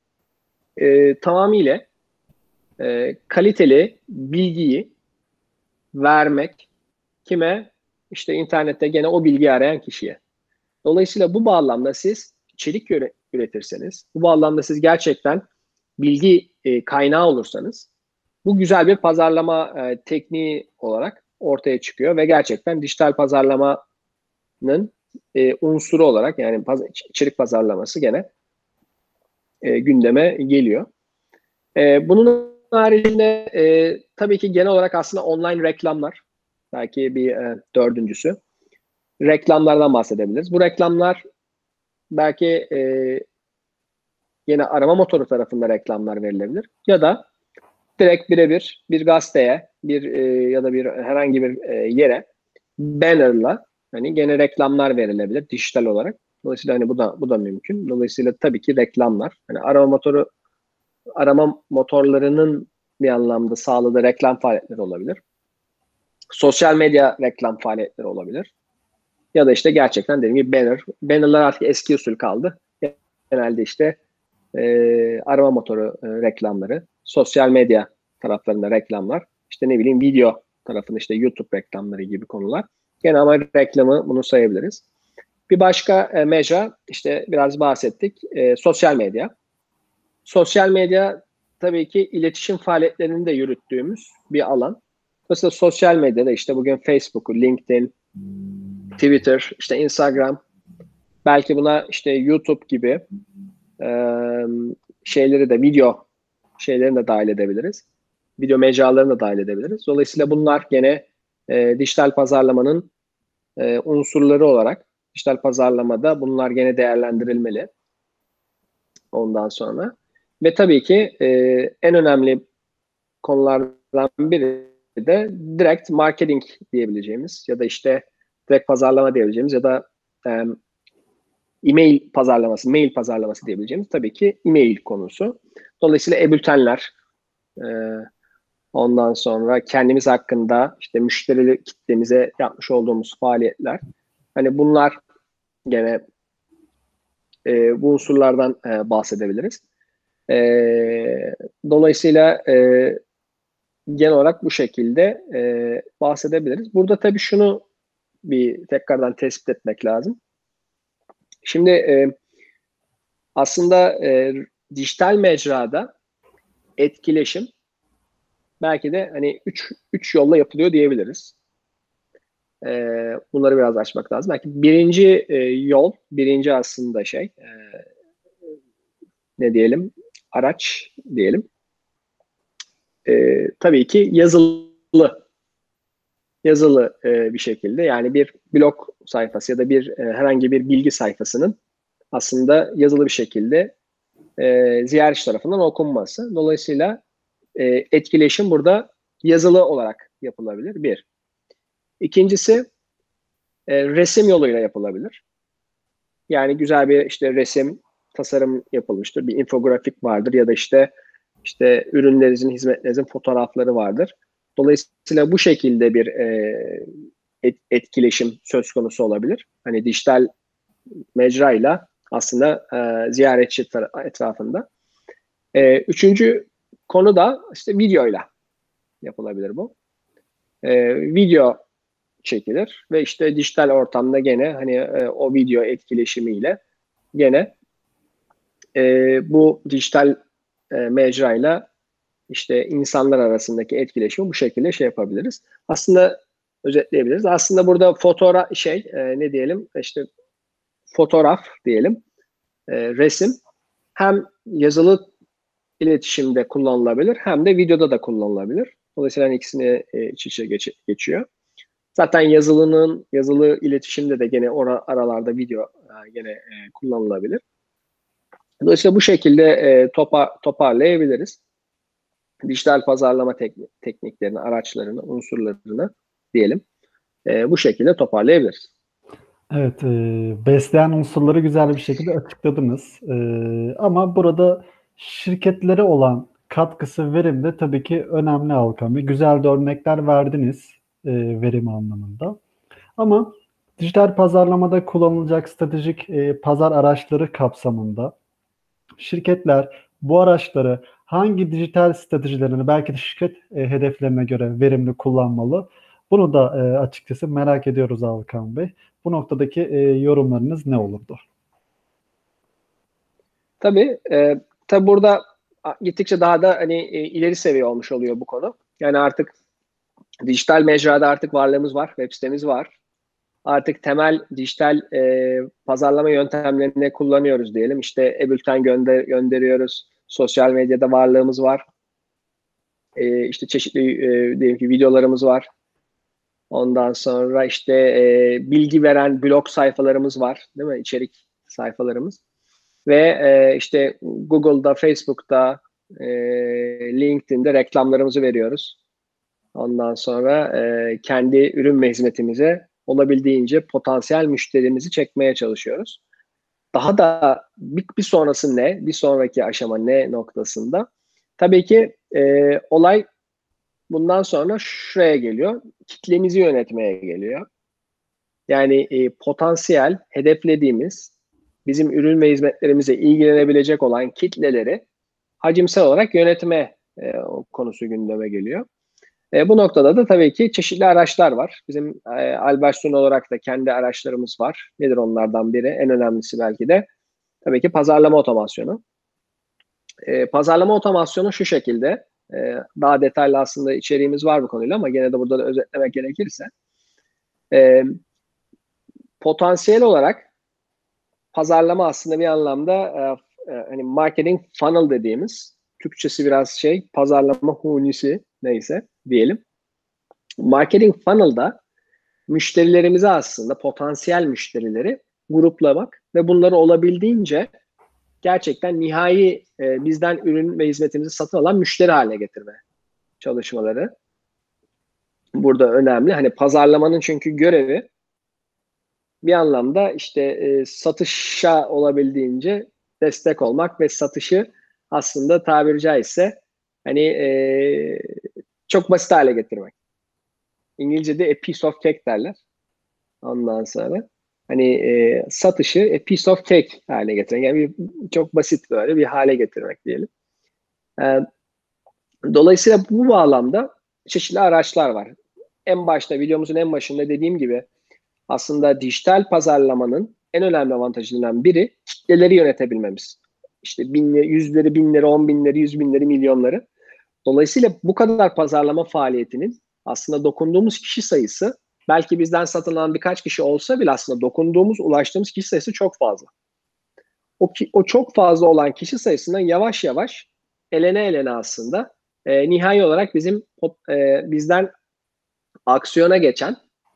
e, tamamıyla e, kaliteli bilgiyi vermek kime? İşte internette gene o bilgiyi arayan kişiye. Dolayısıyla bu bağlamda siz içerik üretirseniz, bu bağlamda siz gerçekten bilgi e, kaynağı olursanız bu güzel bir pazarlama e, tekniği olarak ortaya çıkıyor ve gerçekten dijital pazarlamanın e, unsuru olarak yani paz içerik pazarlaması gene e, gündeme geliyor. E, bunun haricinde e, tabii ki genel olarak aslında online reklamlar belki bir e, dördüncüsü. Reklamlardan bahsedebiliriz. Bu reklamlar belki e, yine arama motoru tarafında reklamlar verilebilir ya da direkt birebir bir gazeteye bir e, ya da bir herhangi bir e, yere bannerla hani gene reklamlar verilebilir dijital olarak. Dolayısıyla hani bu da bu da mümkün. Dolayısıyla tabii ki reklamlar. Hani arama motoru arama motorlarının bir anlamda sağladığı reklam faaliyetleri olabilir. Sosyal medya reklam faaliyetleri olabilir. Ya da işte gerçekten dediğim gibi banner. Bannerlar artık eski usul kaldı. Genelde işte e, arama motoru e, reklamları, sosyal medya taraflarında reklamlar, işte ne bileyim video tarafında işte YouTube reklamları gibi konular. Gene ama reklamı bunu sayabiliriz. Bir başka e, mecra işte biraz bahsettik. E, sosyal medya. Sosyal medya tabii ki iletişim faaliyetlerini de yürüttüğümüz bir alan. Mesela sosyal medyada işte bugün Facebook, LinkedIn, Twitter, işte Instagram, belki buna işte YouTube gibi e, şeyleri de video şeylerini de dahil edebiliriz. Video mecralarını da dahil edebiliriz. Dolayısıyla bunlar gene e, dijital pazarlamanın e, unsurları olarak dijital pazarlamada bunlar gene değerlendirilmeli. Ondan sonra ve tabii ki e, en önemli konulardan biri de direkt marketing diyebileceğimiz ya da işte direkt pazarlama diyebileceğimiz ya da e, e-mail pazarlaması, mail pazarlaması diyebileceğimiz tabii ki e-mail konusu. Dolayısıyla e-bültenler, e, ondan sonra kendimiz hakkında işte müşteri kitlemize yapmış olduğumuz faaliyetler. Hani bunlar gene e, bu unsurlardan e, bahsedebiliriz. E, dolayısıyla e, genel olarak bu şekilde e, bahsedebiliriz. Burada tabii şunu bir tekrardan tespit etmek lazım. Şimdi e, aslında e, dijital mecrada etkileşim belki de hani üç, üç yolla yapılıyor diyebiliriz. Ee, bunları biraz açmak lazım. Belki birinci e, yol, birinci aslında şey, e, ne diyelim, araç diyelim. E, tabii ki yazılı, yazılı e, bir şekilde, yani bir blog sayfası ya da bir e, herhangi bir bilgi sayfasının aslında yazılı bir şekilde e, ziyaretçi tarafından okunması. Dolayısıyla e, etkileşim burada yazılı olarak yapılabilir. Bir. İkincisi e, resim yoluyla yapılabilir. Yani güzel bir işte resim, tasarım yapılmıştır. Bir infografik vardır ya da işte işte ürünlerinizin, hizmetlerinizin fotoğrafları vardır. Dolayısıyla bu şekilde bir e, et, etkileşim söz konusu olabilir. Hani dijital mecrayla aslında e, ziyaretçi etrafında. E, üçüncü konu da işte videoyla yapılabilir bu. E, video çekilir ve işte dijital ortamda gene hani e, o video etkileşimiyle gene e, bu dijital e, mecrayla işte insanlar arasındaki etkileşimi bu şekilde şey yapabiliriz. Aslında özetleyebiliriz. Aslında burada fotoğraf şey e, ne diyelim işte fotoğraf diyelim, e, resim hem yazılı iletişimde kullanılabilir hem de videoda da kullanılabilir. Dolayısıyla hani ikisini e, iç içe geç, geçiyor. Zaten yazılının yazılı iletişimde de gene ora, aralarda video e, gene e, kullanılabilir. Dolayısıyla bu şekilde e, topa, toparlayabiliriz. Dijital pazarlama teknik, tekniklerini, araçlarını, unsurlarını diyelim. E, bu şekilde toparlayabiliriz. Evet, e, besleyen unsurları güzel bir şekilde açıkladınız. E, ama burada şirketlere olan katkısı, verim de tabii ki önemli Alkan Bey. Güzel de örnekler verdiniz e, verim anlamında. Ama dijital pazarlamada kullanılacak stratejik e, pazar araçları kapsamında şirketler bu araçları hangi dijital stratejilerini belki de şirket e, hedeflerine göre verimli kullanmalı? Bunu da e, açıkçası merak ediyoruz Alkan Bey. Bu noktadaki e, yorumlarınız ne olurdu? Tabii, e, tabii burada gittikçe daha da hani e, ileri seviye olmuş oluyor bu konu. Yani artık dijital mecrada artık varlığımız var, web sitemiz var. Artık temel dijital e, pazarlama yöntemlerini kullanıyoruz diyelim. İşte e-bülten gönder gönderiyoruz. Sosyal medyada varlığımız var. E, işte çeşitli e, diyelim ki videolarımız var. Ondan sonra işte e, bilgi veren blog sayfalarımız var, değil mi? İçerik sayfalarımız. Ve e, işte Google'da, Facebook'ta, e, LinkedIn'de reklamlarımızı veriyoruz. Ondan sonra e, kendi ürün ve hizmetimize olabildiğince potansiyel müşterimizi çekmeye çalışıyoruz. Daha da bir, bir sonrası ne? Bir sonraki aşama ne noktasında? Tabii ki e, olay bundan sonra şuraya geliyor. Kitlemizi yönetmeye geliyor. Yani e, potansiyel, hedeflediğimiz, bizim ürün ve hizmetlerimize ilgilenebilecek olan kitleleri hacimsel olarak yönetme e, konusu gündeme geliyor. E, bu noktada da tabii ki çeşitli araçlar var. Bizim e, Albertson olarak da kendi araçlarımız var. Nedir onlardan biri? En önemlisi belki de tabii ki pazarlama otomasyonu. E, pazarlama otomasyonu şu şekilde, e, daha detaylı aslında içeriğimiz var bu konuyla ama gene de burada da özetlemek gerekirse, e, potansiyel olarak pazarlama aslında bir anlamda e, e, hani marketing funnel dediğimiz, Türkçesi biraz şey, pazarlama hunisi neyse diyelim. Marketing funnel'da müşterilerimizi, aslında potansiyel müşterileri gruplamak ve bunları olabildiğince gerçekten nihai e, bizden ürün ve hizmetimizi satın alan müşteri haline getirme çalışmaları burada önemli. Hani pazarlamanın çünkü görevi bir anlamda işte e, satışa olabildiğince destek olmak ve satışı aslında tabiri caizse hani e, çok basit hale getirmek. İngilizce'de a piece of cake derler. Ondan sonra hani e, satışı a piece of cake hale getirmek. Yani bir, çok basit böyle bir hale getirmek diyelim. E, dolayısıyla bu bağlamda çeşitli araçlar var. En başta, videomuzun en başında dediğim gibi, aslında dijital pazarlamanın en önemli avantajlarından biri kitleleri yönetebilmemiz. işte binleri, yüzleri, binleri, on binleri, yüz binleri, milyonları. Dolayısıyla bu kadar pazarlama faaliyetinin aslında dokunduğumuz kişi sayısı belki bizden satın alan birkaç kişi olsa bile aslında dokunduğumuz, ulaştığımız kişi sayısı çok fazla. O, o çok fazla olan kişi sayısından yavaş yavaş elene elene aslında e, nihai olarak bizim e, bizden aksiyona geçen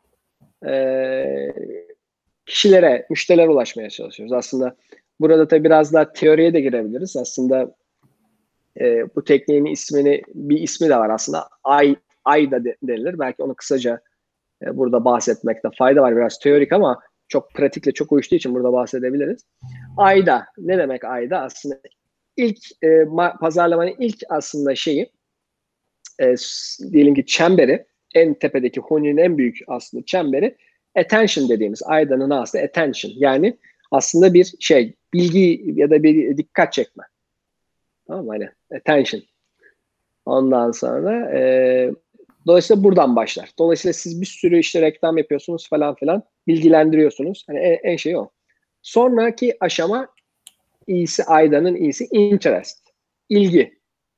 e, kişilere, müşterilere ulaşmaya çalışıyoruz. Aslında burada tabii biraz daha teoriye de girebiliriz. Aslında e, bu tekniğin ismini, bir ismi de var aslında. Ay, ay da denilir. Belki onu kısaca e, burada bahsetmekte fayda var. Biraz teorik ama çok pratikle çok uyuştuğu için burada bahsedebiliriz. Ayda, ne demek ayda? Aslında ilk e, pazarlamanın ilk aslında şeyi e, diyelim ki çemberi, en tepedeki honinin en büyük aslında çemberi attention dediğimiz aydanın aslında attention. Yani aslında bir şey, bilgi ya da bir dikkat çekme. Tamam mı? Hani attention. Ondan sonra e, dolayısıyla buradan başlar. Dolayısıyla siz bir sürü işte reklam yapıyorsunuz falan filan, bilgilendiriyorsunuz. Hani en, en şey o. Sonraki aşama iyisi, aydanın iyisi interest. İlgi.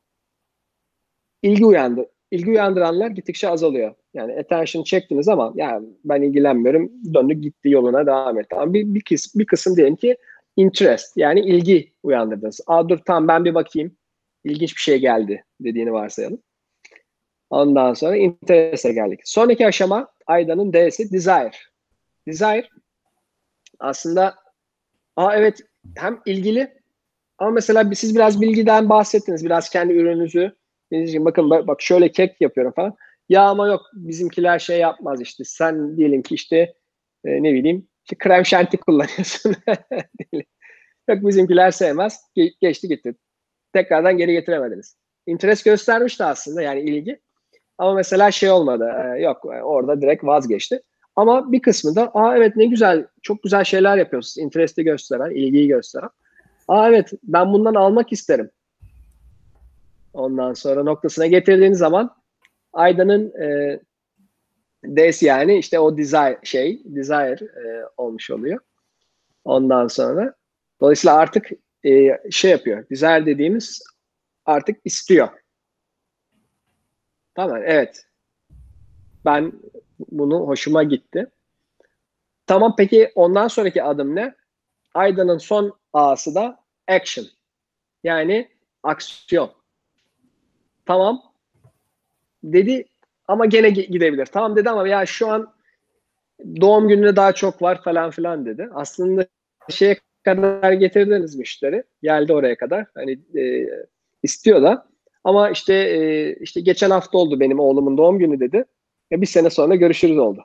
İlgi uyandı. İlgi uyandıranlar gittikçe azalıyor. Yani attention çektiniz ama ya ben ilgilenmiyorum. Döndü gitti yoluna devam et. Tamam, bir, bir, kısım, bir kısım diyelim ki interest, yani ilgi uyandırdınız. Aa dur tamam ben bir bakayım. İlginç bir şey geldi dediğini varsayalım. Ondan sonra interest'e geldik. Sonraki aşama aydanın D'si desire. Desire aslında aa evet hem ilgili ama mesela siz biraz bilgiden bahsettiniz. Biraz kendi ürününüzü bakın bak şöyle kek yapıyorum falan. Ya ama yok bizimkiler şey yapmaz işte. Sen diyelim ki işte e, ne bileyim işte krem şanti kullanıyorsun. Yok bizimkiler sevmez. Ge- geçti gitti. Tekrardan geri getiremediniz. Interest göstermişti aslında yani ilgi. Ama mesela şey olmadı. E, yok orada direkt vazgeçti. Ama bir kısmı da aa evet ne güzel çok güzel şeyler yapıyorsunuz. Interest'i gösteren, ilgiyi gösteren. Aa evet ben bundan almak isterim. Ondan sonra noktasına getirdiğiniz zaman aydanın e, D'si yani işte o desire şey, desire e, olmuş oluyor. Ondan sonra dolayısıyla artık e, şey yapıyor. Desire dediğimiz artık istiyor. Tamam evet. Ben bunu hoşuma gitti. Tamam peki ondan sonraki adım ne? Aydanın son A'sı da action. Yani aksiyon. Tamam dedi ama gene gidebilir. Tamam dedi ama ya şu an doğum gününe daha çok var falan filan dedi. Aslında şeye kadar getirdiniz müşteri. Geldi oraya kadar. Hani e, istiyor da. Ama işte e, işte geçen hafta oldu benim oğlumun doğum günü dedi. E, bir sene sonra görüşürüz oldu.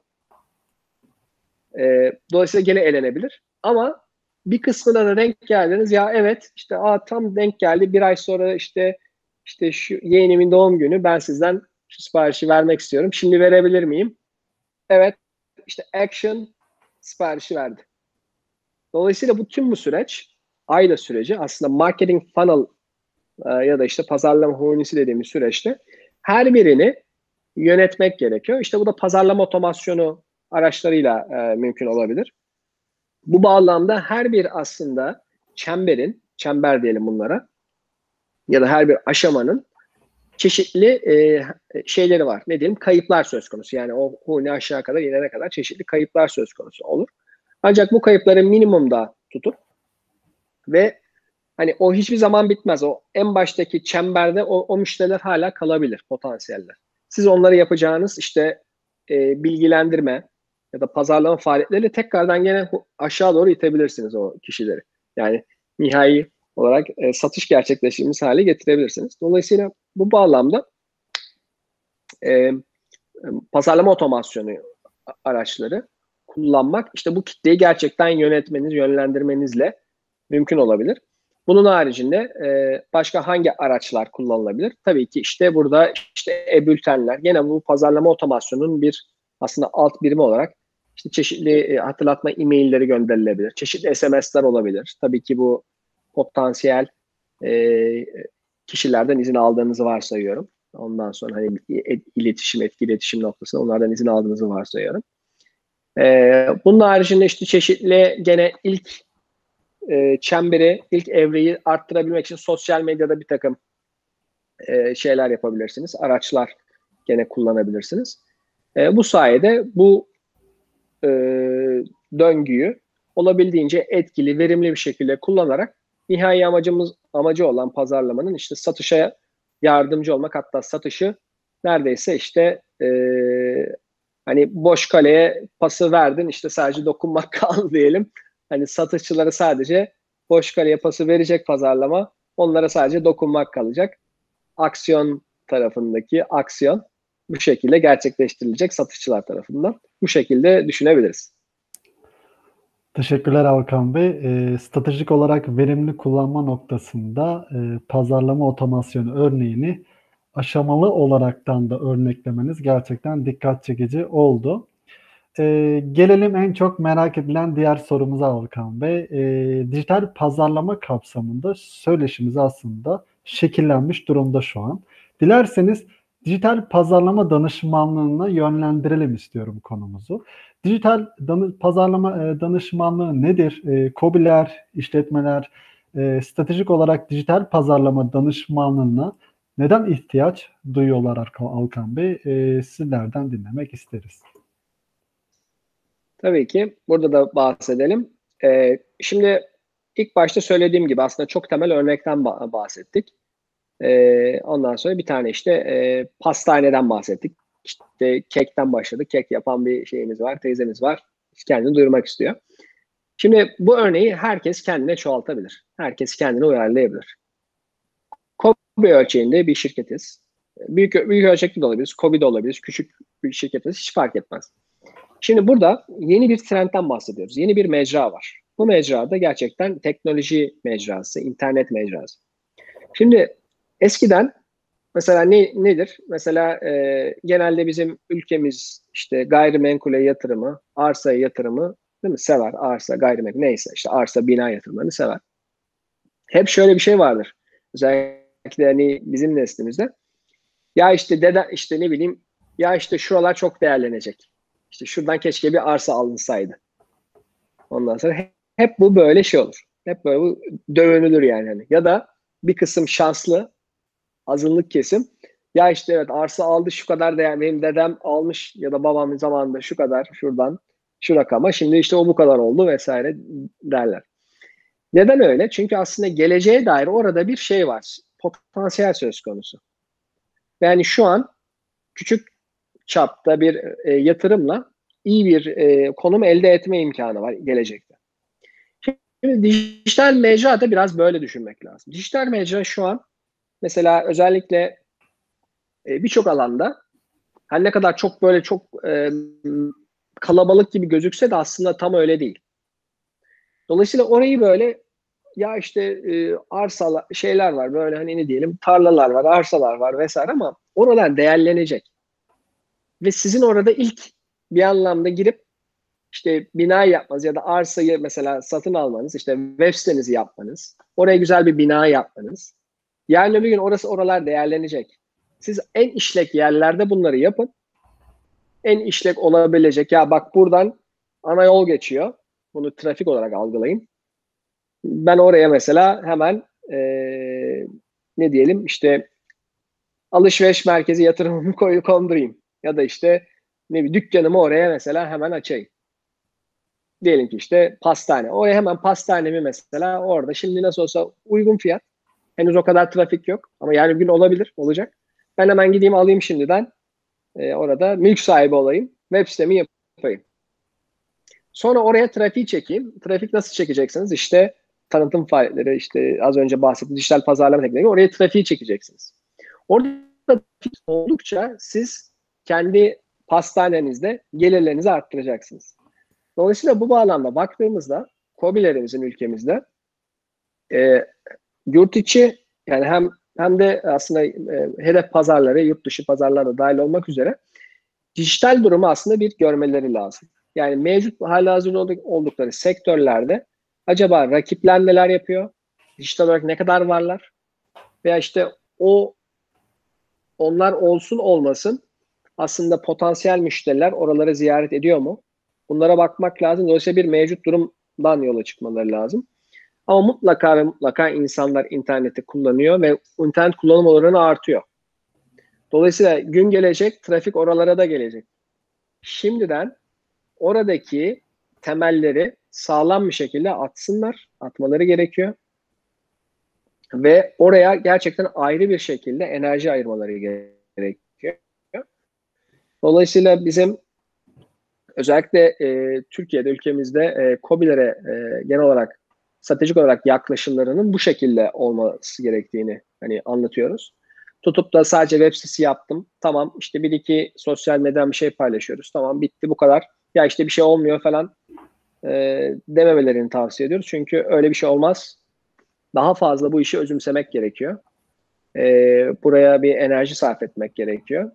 E, dolayısıyla gene elenebilir. Ama bir kısmına da denk geldiniz. Ya evet işte aa, tam denk geldi. Bir ay sonra işte işte şu yeğenimin doğum günü. Ben sizden şu siparişi vermek istiyorum. Şimdi verebilir miyim? Evet. İşte action siparişi verdi. Dolayısıyla bu tüm bu süreç, ayda süreci aslında marketing funnel e, ya da işte pazarlama hunisi dediğimiz süreçte her birini yönetmek gerekiyor. İşte bu da pazarlama otomasyonu araçlarıyla e, mümkün olabilir. Bu bağlamda her bir aslında çemberin, çember diyelim bunlara ya da her bir aşamanın çeşitli e, şeyleri var. Ne diyelim? Kayıplar söz konusu. Yani o huni aşağı kadar inene kadar çeşitli kayıplar söz konusu olur. Ancak bu kayıpları minimumda tutup ve hani o hiçbir zaman bitmez. O en baştaki çemberde o, o müşteriler hala kalabilir, potansiyeller. Siz onları yapacağınız işte e, bilgilendirme ya da pazarlama faaliyetleriyle tekrardan gene aşağı doğru itebilirsiniz o kişileri. Yani nihai olarak e, satış gerçekleştirdiğimiz hale getirebilirsiniz. Dolayısıyla bu bağlamda e, pazarlama otomasyonu araçları kullanmak işte bu kitleyi gerçekten yönetmeniz, yönlendirmenizle mümkün olabilir. Bunun haricinde e, başka hangi araçlar kullanılabilir? Tabii ki işte burada işte e-bültenler. Gene bu pazarlama otomasyonunun bir aslında alt birimi olarak işte çeşitli e, hatırlatma e-mailleri gönderilebilir. Çeşitli S M S'ler olabilir. Tabii ki bu potansiyel e, kişilerden izin aldığınızı varsayıyorum. Ondan sonra hani iletişim, etki iletişim noktasında onlardan izin aldığınızı varsayıyorum. Ee, bunun haricinde işte çeşitli gene ilk e, çemberi, ilk evreyi arttırabilmek için sosyal medyada bir takım e, şeyler yapabilirsiniz. Araçlar gene kullanabilirsiniz. E, bu sayede bu e, döngüyü olabildiğince etkili, verimli bir şekilde kullanarak nihai amacımız amacı olan pazarlamanın işte satışa yardımcı olmak, hatta satışı neredeyse işte e, hani boş kaleye pası verdin, işte sadece dokunmak kaldı diyelim. Hani satışçılara sadece boş kaleye pası verecek pazarlama, onlara sadece dokunmak kalacak. Aksiyon tarafındaki aksiyon bu şekilde gerçekleştirilecek satışçılar tarafından. Bu şekilde düşünebiliriz. Teşekkürler Hakan Bey. Eee, stratejik olarak verimli kullanma noktasında eee, pazarlama otomasyonu örneğini aşamalı olaraktan da örneklemeniz gerçekten dikkat çekici oldu. Eee, gelelim en çok merak edilen diğer sorumuza Hakan Bey. Eee, dijital pazarlama kapsamında söyleşimiz aslında şekillenmiş durumda şu an. Dilerseniz dijital pazarlama danışmanlığına yönlendirelim istiyorum konumuzu. Dijital danı pazarlama e, danışmanlığı nedir? E, KOBİ'ler, işletmeler e, stratejik olarak dijital pazarlama danışmanlığına neden ihtiyaç duyuyorlar Hakan Alkan Bey? E, sizlerden dinlemek isteriz. Tabii ki burada da bahsedelim. Ee, şimdi ilk başta söylediğim gibi aslında çok temel örnekten bah- bahsettik. Ee, ondan sonra bir tane işte e, pastaneden bahsettik. İşte kekten başladık. Kek yapan bir şeyimiz var, teyzemiz var. Kendini duyurmak istiyor. Şimdi bu örneği herkes kendine çoğaltabilir. Herkes kendine uyarlayabilir. KOBİ ölçeğinde bir şirketiz. Büyük, büyük ölçekli de olabiliriz, KOBİ de olabiliriz, küçük bir şirketiz, hiç fark etmez. Şimdi burada yeni bir trendten bahsediyoruz. Yeni bir mecra var. Bu mecrada gerçekten teknoloji mecrası, internet mecrası. Şimdi eskiden mesela ne, nedir? Mesela e, genelde bizim ülkemiz işte gayrimenkule yatırımı, arsaya yatırımı değil mi? Sever. Arsa, gayrimenkul neyse işte arsa, bina yatırımlarını sever. Hep şöyle bir şey vardır. Özellikle hani bizim neslimizde. Ya işte dede işte ne bileyim ya işte şuralar çok değerlenecek. İşte şuradan keşke bir arsa alınsaydı. Ondan sonra hep, hep bu böyle şey olur. Hep böyle bu dövünülür yani. Hani. Ya da bir kısım şanslı azınlık kesim. Ya işte evet arsa aldı şu kadar değer. Benim dedem almış ya da babamın zamanında şu kadar şuradan şu rakama. Şimdi işte o bu kadar oldu vesaire derler. Neden öyle? Çünkü aslında geleceğe dair orada bir şey var. Potansiyel söz konusu. Yani şu an küçük çapta bir e, yatırımla iyi bir e, konum elde etme imkanı var gelecekte. Şimdi dijital mecra da biraz böyle düşünmek lazım. Dijital mecra şu an mesela özellikle e, birçok alanda her ne kadar çok böyle çok e, kalabalık gibi gözükse de aslında tam öyle değil. Dolayısıyla orayı böyle ya işte e, arsalar şeyler var böyle hani ne diyelim tarlalar var, arsalar var vesaire ama oralar değerlenecek. Ve sizin orada ilk bir anlamda girip işte bina yapmanız ya da arsayı mesela satın almanız, işte web sitenizi yapmanız, oraya güzel bir bina yapmanız. Yarın öbür gün orası oralar değerlenecek. Siz en işlek yerlerde bunları yapın. En işlek olabilecek ya bak buradan ana yol geçiyor. Bunu trafik olarak algılayın. Ben oraya mesela hemen ee, ne diyelim işte alışveriş merkezi yatırımımı koy, kondurayım. Ya da işte ne bileyim dükkanımı oraya mesela hemen açayım. Diyelim ki işte pastane. Oraya hemen pastanemi mesela orada. Şimdi nasıl olsa uygun fiyat. Henüz o kadar trafik yok. Ama yarın bir gün olabilir, olacak. Ben hemen gideyim alayım şimdiden. E, orada mülk sahibi olayım. Web sitemi yapayım. Sonra oraya trafiği çekeyim. Trafik nasıl çekeceksiniz? İşte tanıtım faaliyetleri, işte az önce bahsettiğim dijital pazarlama tekniği. Oraya trafiği çekeceksiniz. Orada trafik oldukça siz kendi pastanenizde gelirlerinizi arttıracaksınız. Dolayısıyla bu bağlamda baktığımızda KOBİ'lerimizin ülkemizde e, yurt içi yani hem hem de aslında e, hedef pazarları, yurt dışı pazarlara dahil olmak üzere dijital durumu aslında bir görmeleri lazım. Yani mevcut halihazırda oldukları sektörlerde acaba rakipler neler yapıyor? Dijital olarak ne kadar varlar? Veya işte o onlar olsun olmasın aslında potansiyel müşteriler oraları ziyaret ediyor mu? Bunlara bakmak lazım. Dolayısıyla bir mevcut durumdan yola çıkmaları lazım. Ama mutlaka ve mutlaka insanlar interneti kullanıyor ve internet kullanım oranı artıyor. Dolayısıyla gün gelecek, trafik oralara da gelecek. Şimdiden oradaki temelleri sağlam bir şekilde atsınlar, atmaları gerekiyor. Ve oraya gerçekten ayrı bir şekilde enerji ayırmaları gerekiyor. Dolayısıyla bizim özellikle e, Türkiye'de, ülkemizde e, KOBİ'lere e, genel olarak stratejik olarak yaklaşımlarının bu şekilde olması gerektiğini hani anlatıyoruz. Tutup da sadece web sitesi yaptım. Tamam işte bir iki sosyal medyadan bir şey paylaşıyoruz. Tamam bitti bu kadar. Ya işte bir şey olmuyor falan e, dememelerini tavsiye ediyoruz. Çünkü öyle bir şey olmaz. Daha fazla bu işi özümsemek gerekiyor. E, buraya bir enerji sarf etmek gerekiyor.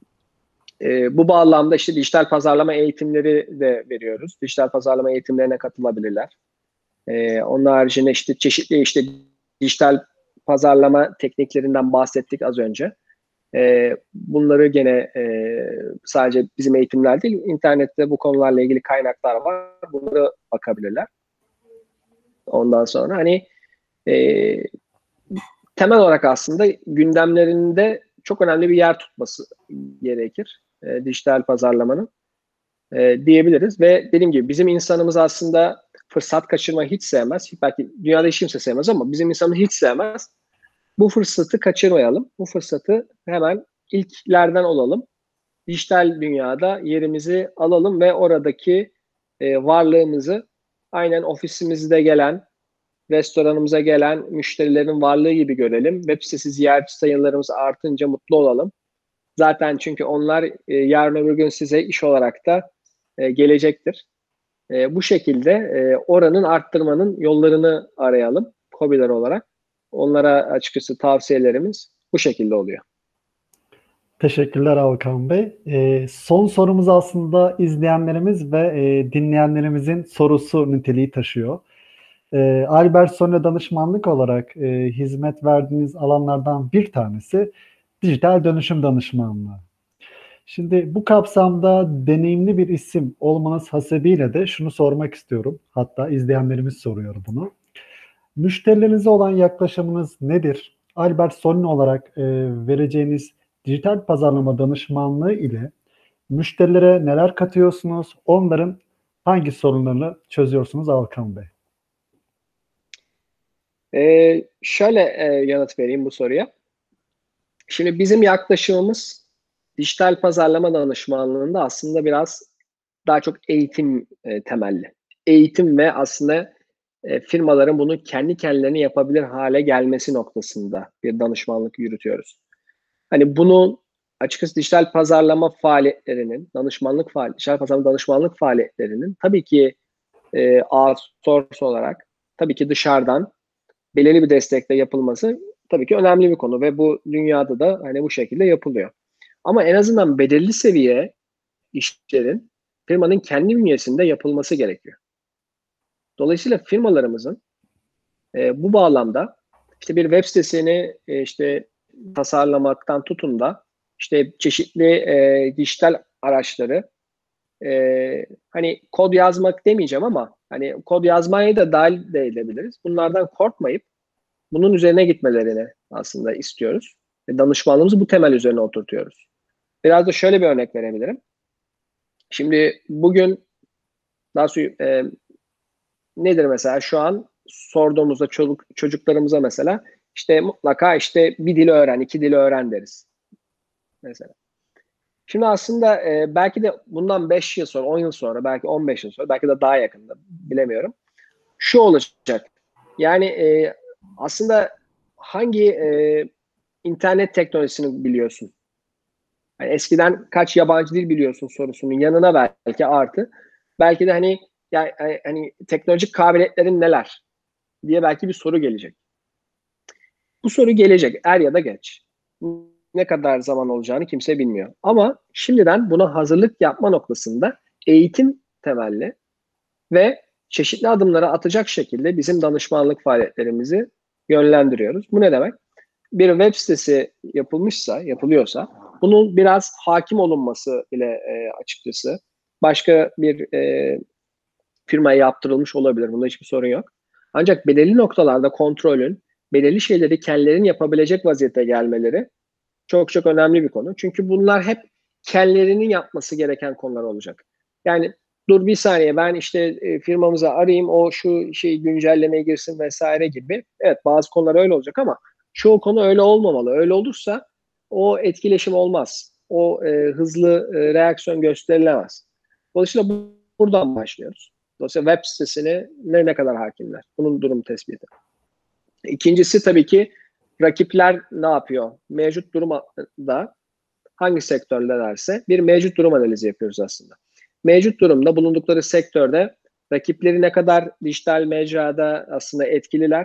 E, bu bağlamda işte dijital pazarlama eğitimleri de veriyoruz. Dijital pazarlama eğitimlerine katılabilirler. E, onun haricinde işte çeşitli işte dijital pazarlama tekniklerinden bahsettik az önce. E, bunları gene e, sadece bizim eğitimler değil, internette bu konularla ilgili kaynaklar var. Bunlara bakabilirler. Ondan sonra hani e, temel olarak aslında gündemlerinde çok önemli bir yer tutması gerekir e, dijital pazarlamanın e, diyebiliriz. Ve dediğim gibi bizim insanımız aslında fırsat kaçırmayı hiç sevmez. Belki dünyada hiç kimse sevmez ama bizim insanımız hiç sevmez. Bu fırsatı kaçırmayalım. Bu fırsatı hemen ilklerden olalım. Dijital dünyada yerimizi alalım ve oradaki e, varlığımızı aynen ofisimizde gelen, restoranımıza gelen müşterilerin varlığı gibi görelim. Web sitesi ziyaretçi sayılarımız artınca mutlu olalım. Zaten çünkü onlar e, yarın öbür gün size iş olarak da e, gelecektir. E, bu şekilde e, oranın arttırmanın yollarını arayalım KOBİ'ler olarak. Onlara açıkçası tavsiyelerimiz bu şekilde oluyor. Teşekkürler Alkan Bey. Ee, son sorumuz aslında izleyenlerimiz ve e, dinleyenlerimizin sorusu niteliği taşıyor. Ee, Albert Sonne danışmanlık olarak e, hizmet verdiğiniz alanlardan bir tanesi dijital dönüşüm danışmanlığı. Şimdi bu kapsamda deneyimli bir isim olmanız hasebiyle de şunu sormak istiyorum. Hatta izleyenlerimiz soruyor bunu. Müşterilerinize olan yaklaşımınız nedir? Albert Sonne olarak e, vereceğiniz dijital pazarlama danışmanlığı ile müşterilere neler katıyorsunuz? Onların hangi sorunlarını çözüyorsunuz Alkan Bey? Ee, şöyle e, yanıt vereyim bu soruya. Şimdi bizim yaklaşımımız dijital pazarlama danışmanlığında aslında biraz daha çok eğitim e, temelli. Eğitim ve aslında e, firmaların bunu kendi kendilerine yapabilir hale gelmesi noktasında bir danışmanlık yürütüyoruz. Hani bunun açıkçası dijital pazarlama faaliyetlerinin, danışmanlık faaliyet, dijital pazarlama danışmanlık faaliyetlerinin tabii ki e, outsource olarak, tabii ki dışarıdan belirli bir destekle yapılması tabii ki önemli bir konu ve bu dünyada da hani bu şekilde yapılıyor. Ama en azından belirli seviye işlerin firmanın kendi bünyesinde yapılması gerekiyor. Dolayısıyla firmalarımızın e, bu bağlamda işte bir web sitesini e, işte tasarlamaktan tutun da işte çeşitli e, dijital araçları e, hani kod yazmak demeyeceğim ama hani kod yazmayı da dahil de edebiliriz. Bunlardan korkmayıp bunun üzerine gitmelerini aslında istiyoruz. Ve danışmanlığımızı bu temel üzerine oturtuyoruz. Biraz da şöyle bir örnek verebilirim. Şimdi bugün daha sonra e, nedir mesela şu an sorduğumuzda çocuk, çocuklarımıza mesela işte mutlaka işte bir dil öğren, iki dil öğren deriz mesela. Şimdi aslında e, belki de bundan beş yıl sonra, on yıl sonra, belki on beş yıl sonra, belki de daha yakında bilemiyorum. Şu olacak. Yani e, aslında hangi e, internet teknolojisini biliyorsun? Yani eskiden kaç yabancı dil biliyorsun sorusunun yanına belki artı. Belki de hani yani hani teknolojik kabiliyetlerin neler diye belki bir soru gelecek. Bu soru gelecek er ya da geç. Ne kadar zaman olacağını kimse bilmiyor. Ama şimdiden buna hazırlık yapma noktasında eğitim temelli ve çeşitli adımları atacak şekilde bizim danışmanlık faaliyetlerimizi yönlendiriyoruz. Bu ne demek? Bir web sitesi yapılmışsa, yapılıyorsa bunun biraz hakim olunması ile e, açıkçası başka bir e, firmaya yaptırılmış olabilir. Bunda hiçbir sorun yok. Ancak belirli noktalarda kontrolün, belirli şeyleri kendilerinin yapabilecek vaziyete gelmeleri çok çok önemli bir konu. Çünkü bunlar hep kendilerinin yapması gereken konular olacak. Yani dur bir saniye ben işte e, firmamıza arayayım, o şu şeyi güncellemeye girsin vesaire gibi. Evet, bazı konular öyle olacak ama çoğu konu öyle olmamalı. Öyle olursa o etkileşim olmaz. O e, hızlı e, reaksiyon gösterilemez. Dolayısıyla bu, buradan başlıyoruz. Dolayısıyla web sitesine ne, ne kadar hakimler? Bunun durum tespiti. İkincisi tabii ki rakipler ne yapıyor? Mevcut durumda hangi sektörlerse bir mevcut durum analizi yapıyoruz aslında. Mevcut durumda bulundukları sektörde rakipleri ne kadar dijital mecrada aslında etkililer?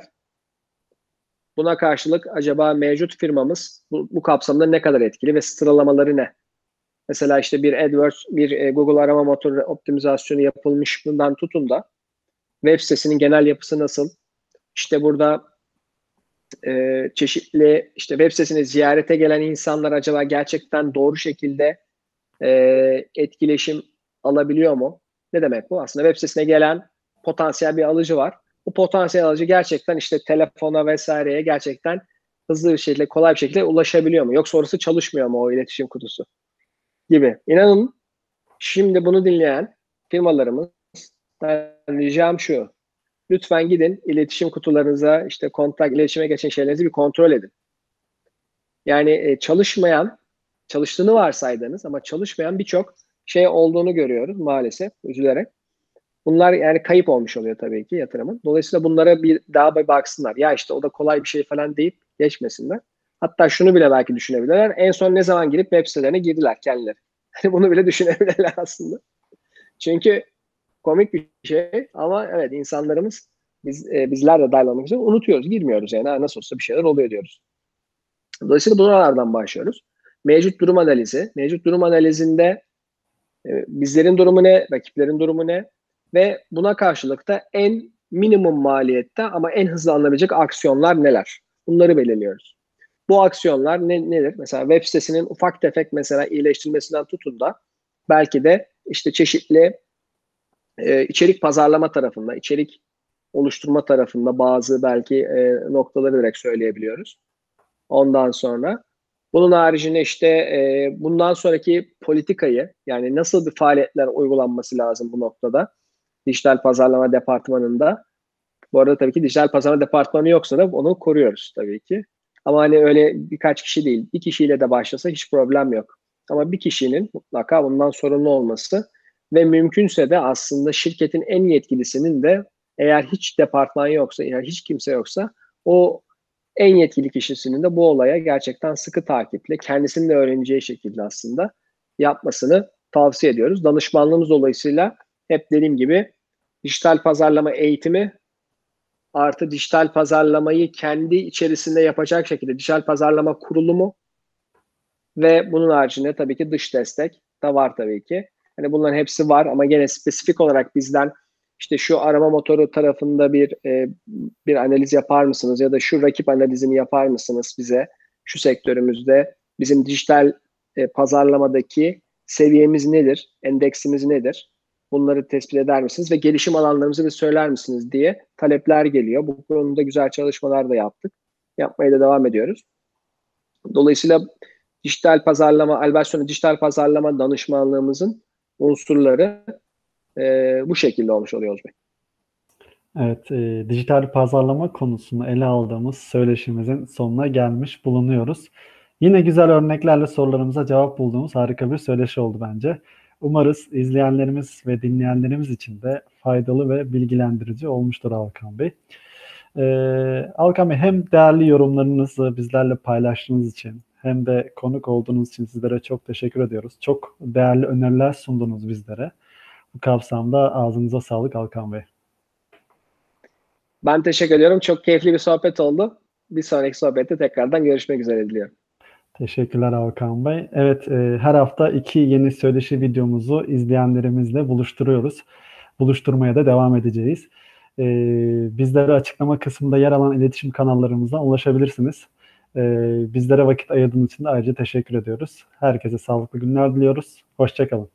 Buna karşılık acaba mevcut firmamız bu, bu kapsamda ne kadar etkili ve sıralamaları ne? Mesela işte bir AdWords, bir e, Google arama motoru optimizasyonu yapılmış bundan tutun da web sitesinin genel yapısı nasıl? İşte burada e, çeşitli işte web sitesini ziyarete gelen insanlar acaba gerçekten doğru şekilde e, etkileşim alabiliyor mu? Ne demek bu? Aslında web sitesine gelen potansiyel bir alıcı var. Bu potansiyel alıcı gerçekten işte telefona vesaireye gerçekten hızlı bir şekilde, kolay bir şekilde ulaşabiliyor mu? Yoksa orası çalışmıyor mu o iletişim kutusu? Gibi. İnanın şimdi bunu dinleyen firmalarımız ricam şu. Lütfen gidin iletişim kutularınıza, işte kontak, iletişime geçen şeylerinizi bir kontrol edin. Yani e, çalışmayan, çalıştığını varsaydınız ama çalışmayan birçok şey olduğunu görüyoruz maalesef, üzülerek. Bunlar yani kayıp olmuş oluyor tabii ki yatırımın. Dolayısıyla bunlara bir daha bir baksınlar. Ya işte o da kolay bir şey falan deyip geçmesinler. Hatta şunu bile belki düşünebilirler. En son ne zaman girip web sitelerine girdiler kendileri. Hani bunu bile düşünebilirler aslında. Çünkü komik bir şey ama evet, insanlarımız biz e, bizler de dahil olmak üzere unutuyoruz, girmiyoruz yani. Nasıl olsa bir şeyler oluyor diyoruz. Dolayısıyla buralardan başlıyoruz. Mevcut durum analizi. Mevcut durum analizinde e, bizlerin durumu ne, rakiplerin durumu ne ve buna karşılık da en minimum maliyette ama en hızlı alınabilecek aksiyonlar neler? Bunları belirliyoruz. Bu aksiyonlar ne, nedir? Mesela web sitesinin ufak tefek mesela iyileştirilmesinden tutun da belki de işte çeşitli e, içerik pazarlama tarafında, içerik oluşturma tarafında bazı belki e, noktaları direkt söyleyebiliyoruz. Ondan sonra bunun haricinde işte e, bundan sonraki politikayı, yani nasıl bir faaliyetler uygulanması lazım bu noktada dijital pazarlama departmanında. Bu arada tabii ki dijital pazarlama departmanı yoksa da onu koruyoruz tabii ki. Ama hani öyle birkaç kişi değil, bir kişiyle de başlasa hiç problem yok. Ama bir kişinin mutlaka bundan sorumlu olması ve mümkünse de aslında şirketin en yetkilisinin de, eğer hiç departman yoksa, eğer hiç kimse yoksa, o en yetkili kişisinin de bu olaya gerçekten sıkı takiple, kendisinin de öğreneceği şekilde aslında yapmasını tavsiye ediyoruz. Danışmanlığımız dolayısıyla hep dediğim gibi dijital pazarlama eğitimi artı dijital pazarlamayı kendi içerisinde yapacak şekilde dijital pazarlama kurulumu ve bunun haricinde tabii ki dış destek de var tabii ki. Hani bunların hepsi var ama gene spesifik olarak bizden işte şu arama motoru tarafında bir e, bir analiz yapar mısınız ya da şu rakip analizini yapar mısınız bize, şu sektörümüzde bizim dijital e, pazarlamadaki seviyemiz nedir, endeksimiz nedir? Bunları tespit eder misiniz ve gelişim alanlarımızı bir söyler misiniz diye talepler geliyor. Bu konuda güzel çalışmalar da yaptık. Yapmaya da devam ediyoruz. Dolayısıyla dijital pazarlama, Albertson'un dijital pazarlama danışmanlığımızın unsurları e, bu şekilde olmuş oluyor Bey. Evet, e, dijital pazarlama konusunu ele aldığımız söyleşimizin sonuna gelmiş bulunuyoruz. Yine güzel örneklerle sorularımıza cevap bulduğumuz harika bir söyleşi oldu bence. Umarız izleyenlerimiz ve dinleyenlerimiz için de faydalı ve bilgilendirici olmuştur Alkan Bey. Ee, Alkan Bey, hem değerli yorumlarınızı bizlerle paylaştığınız için hem de konuk olduğunuz için sizlere çok teşekkür ediyoruz. Çok değerli öneriler sundunuz bizlere. Bu kapsamda ağzınıza sağlık Alkan Bey. Ben teşekkür ediyorum. Çok keyifli bir sohbet oldu. Bir sonraki sohbette tekrardan görüşmek üzere diliyorum. Teşekkürler Hakan Bey. Evet, e, her hafta iki yeni söyleşi videomuzu izleyenlerimizle buluşturuyoruz. Buluşturmaya da devam edeceğiz. E, bizlere açıklama kısmında yer alan iletişim kanallarımızdan ulaşabilirsiniz. E, bizlere vakit ayırdığınız için de ayrıca teşekkür ediyoruz. Herkese sağlıklı günler diliyoruz. Hoşça kalın.